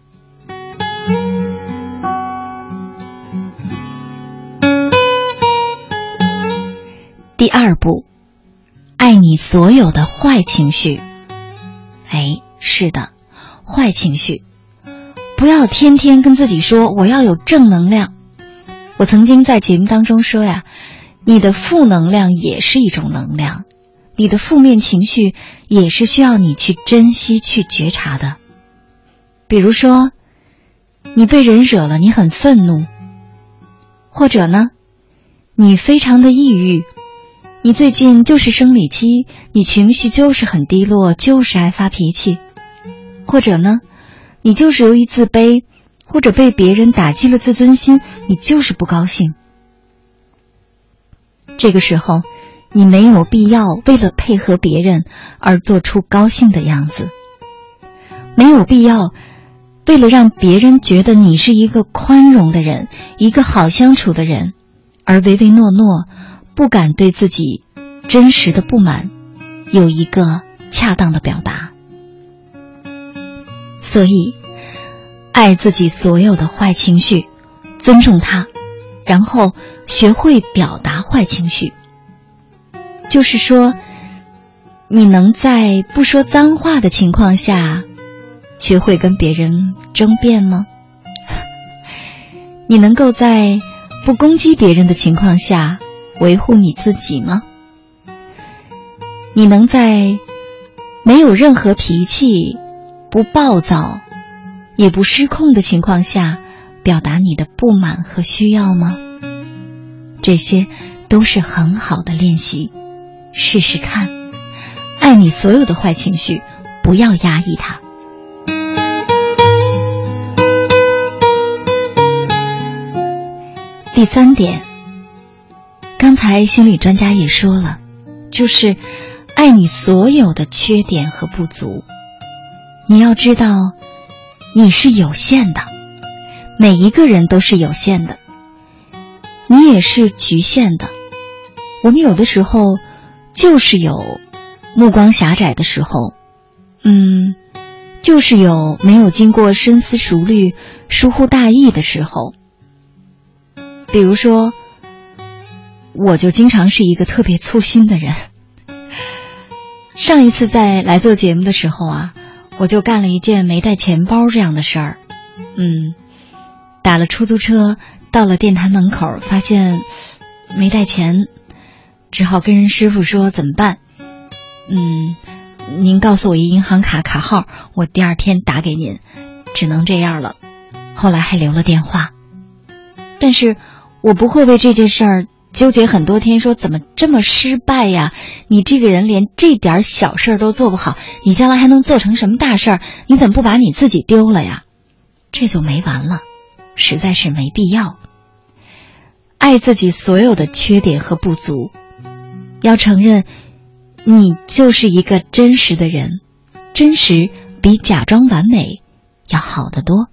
第二步，爱你所有的坏情绪。哎，是的，坏情绪，不要天天跟自己说我要有正能量。我曾经在节目当中说呀，你的负能量也是一种能量，你的负面情绪也是需要你去珍惜去觉察的。比如说，你被人惹了，你很愤怒，或者呢，你非常的抑郁，你最近就是生理期，你情绪就是很低落，就是爱发脾气。或者呢，你就是由于自卑，或者被别人打击了自尊心，你就是不高兴。这个时候，你没有必要为了配合别人而做出高兴的样子，没有必要为了让别人觉得你是一个宽容的人，一个好相处的人，而唯唯诺诺，不敢对自己真实的不满有一个恰当的表达。所以爱自己所有的坏情绪，尊重它，然后学会表达坏情绪。就是说，你能在不说脏话的情况下学会跟别人争辩吗？你能够在不攻击别人的情况下维护你自己吗？你能在没有任何脾气，不暴躁，也不失控的情况下表达你的不满和需要吗？这些都是很好的练习，试试看。爱你所有的坏情绪，不要压抑它。第三点，刚才心理专家也说了，就是爱你所有的缺点和不足。你要知道，你是有限的，每一个人都是有限的，你也是局限的。我们有的时候就是有目光狭窄的时候，嗯，就是有没有经过深思熟虑、疏忽大意的时候。比如说，我就经常是一个特别粗心的人。上一次在来做节目的时候啊，我就干了一件没带钱包这样的事儿。嗯，打了出租车，到了电台门口，发现没带钱，只好跟人师傅说怎么办？嗯，您告诉我一银行卡卡号，我第二天打给您，只能这样了。后来还留了电话。但是我不会为这件事儿纠结很多天，说怎么这么失败呀？你这个人连这点小事都做不好，你将来还能做成什么大事儿？你怎么不把你自己丢了呀？这就没完了，实在是没必要。爱自己所有的缺点和不足，要承认你就是一个真实的人，真实比假装完美要好得多。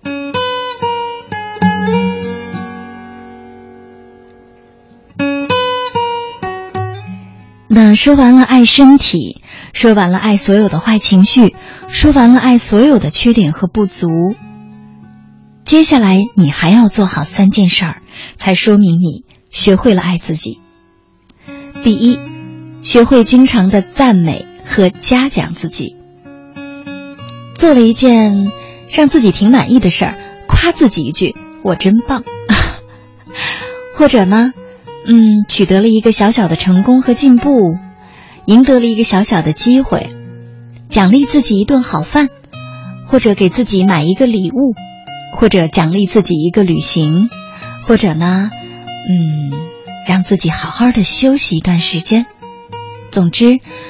那说完了爱身体，说完了爱所有的坏情绪，说完了爱所有的缺点和不足，接下来你还要做好三件事儿，才说明你学会了爱自己。第一，学会经常的赞美和嘉奖自己。做了一件让自己挺满意的事儿，夸自己一句我真棒。或者呢嗯，取得了一个小小的成功和进步，赢得了一个小小的机会，奖励自己一顿好饭，或者给自己买一个礼物，或者奖励自己一个旅行，或者呢嗯，让自己好好的休息一段时间。总之，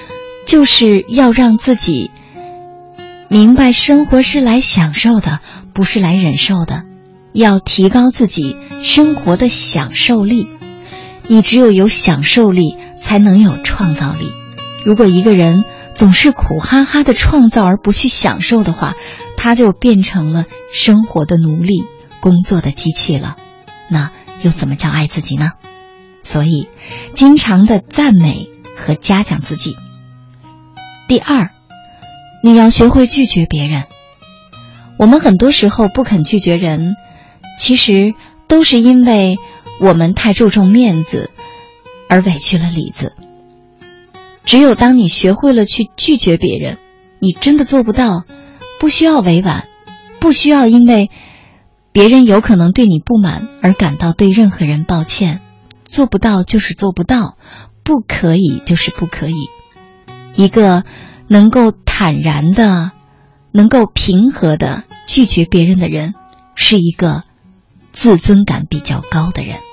就是要让自己明白生活是来享受的，不是来忍受的，要提高自己生活的享受力。你只有有享受力，才能有创造力。如果一个人总是苦哈哈的创造而不去享受的话，他就变成了生活的奴隶，工作的机器了。那又怎么叫爱自己呢？所以经常的赞美和嘉奖自己。第二，你要学会拒绝别人。我们很多时候不肯拒绝人，其实都是因为我们太注重面子而委屈了里子。只有当你学会了去拒绝别人，你真的做不到，不需要委婉，不需要因为别人有可能对你不满而感到对任何人抱歉。做不到就是做不到，不可以就是不可以。一个能够坦然的、能够平和的拒绝别人的人，是一个自尊感比较高的人。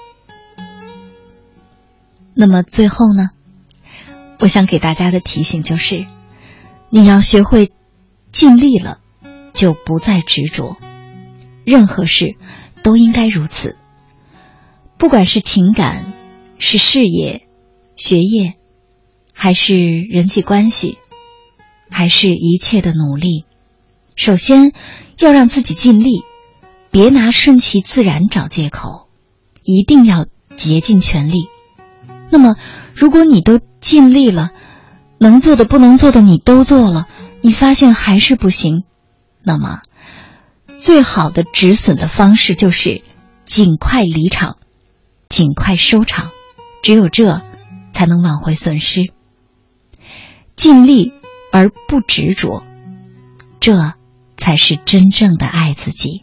那么最后呢，我想给大家的提醒就是，你要学会尽力了，就不再执着。任何事都应该如此，不管是情感，是事业、学业，还是人际关系，还是一切的努力，首先要让自己尽力，别拿顺其自然找借口，一定要竭尽全力。那么如果你都尽力了，能做的不能做的你都做了，你发现还是不行，那么最好的止损的方式就是尽快离场，尽快收场，只有这才能挽回损失。尽力而不执着，这才是真正的爱自己。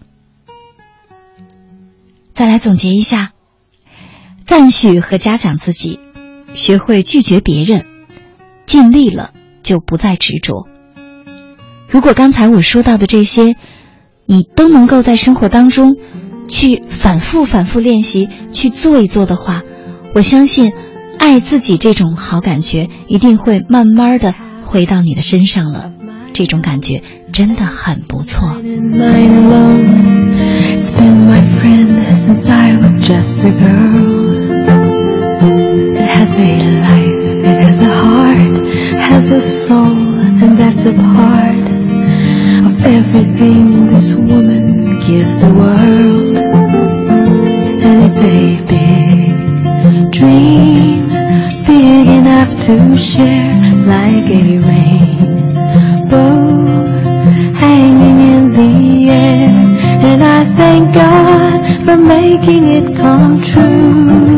再来总结一下，赞许和嘉奖自己，学会拒绝别人，尽力了就不再执着。如果刚才我说到的这些你都能够在生活当中去反复反复练习，去做一做的话，我相信爱自己这种好感觉一定会慢慢的回到你的身上了，这种感觉真的很不错。 It's been my friend since I was just a girl. It has a life, it has a heart, has a soul, and that's a part of everything this woman gives the world. And it's a big dream, big enough to share, like a rainbow hanging in the air. And I thank God for making it come true.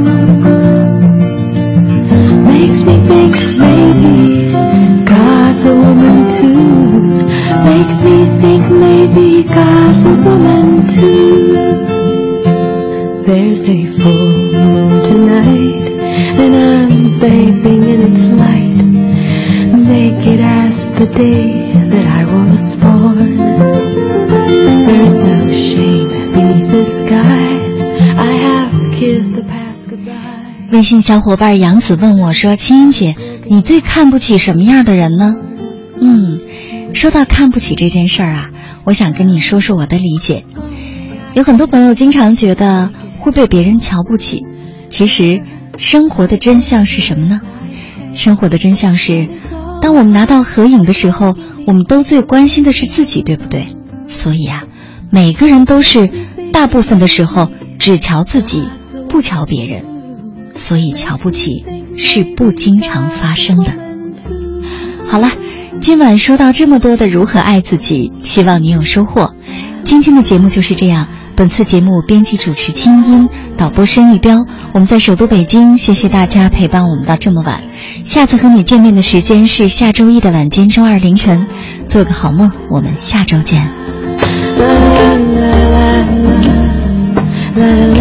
Makes me think maybe God's a woman too. Makes me think maybe God's a woman too. There's a full moon tonight, and I'm bathing in its light, naked as the day that I was born. There's no shame beneath the sky. I have kissed the past goodbye. 微信小伙伴杨子问我说，青音姐，你最看不起什么样的人呢？嗯，说到看不起这件事儿啊，我想跟你说说我的理解。有很多朋友经常觉得会被别人瞧不起，其实生活的真相是什么呢？生活的真相是，当我们拿到合影的时候，我们都最关心的是自己，对不对？所以啊，每个人都是大部分的时候只瞧自己，不瞧别人，所以瞧不起是不经常发生的。好了，今晚说到这么多的如何爱自己，希望你有收获。今天的节目就是这样，本次节目编辑主持清音，导播申玉标，我们在首都北京，谢谢大家陪伴我们到这么晚。下次和你见面的时间是下周一的晚间周二凌晨，做个好梦，我们下周见。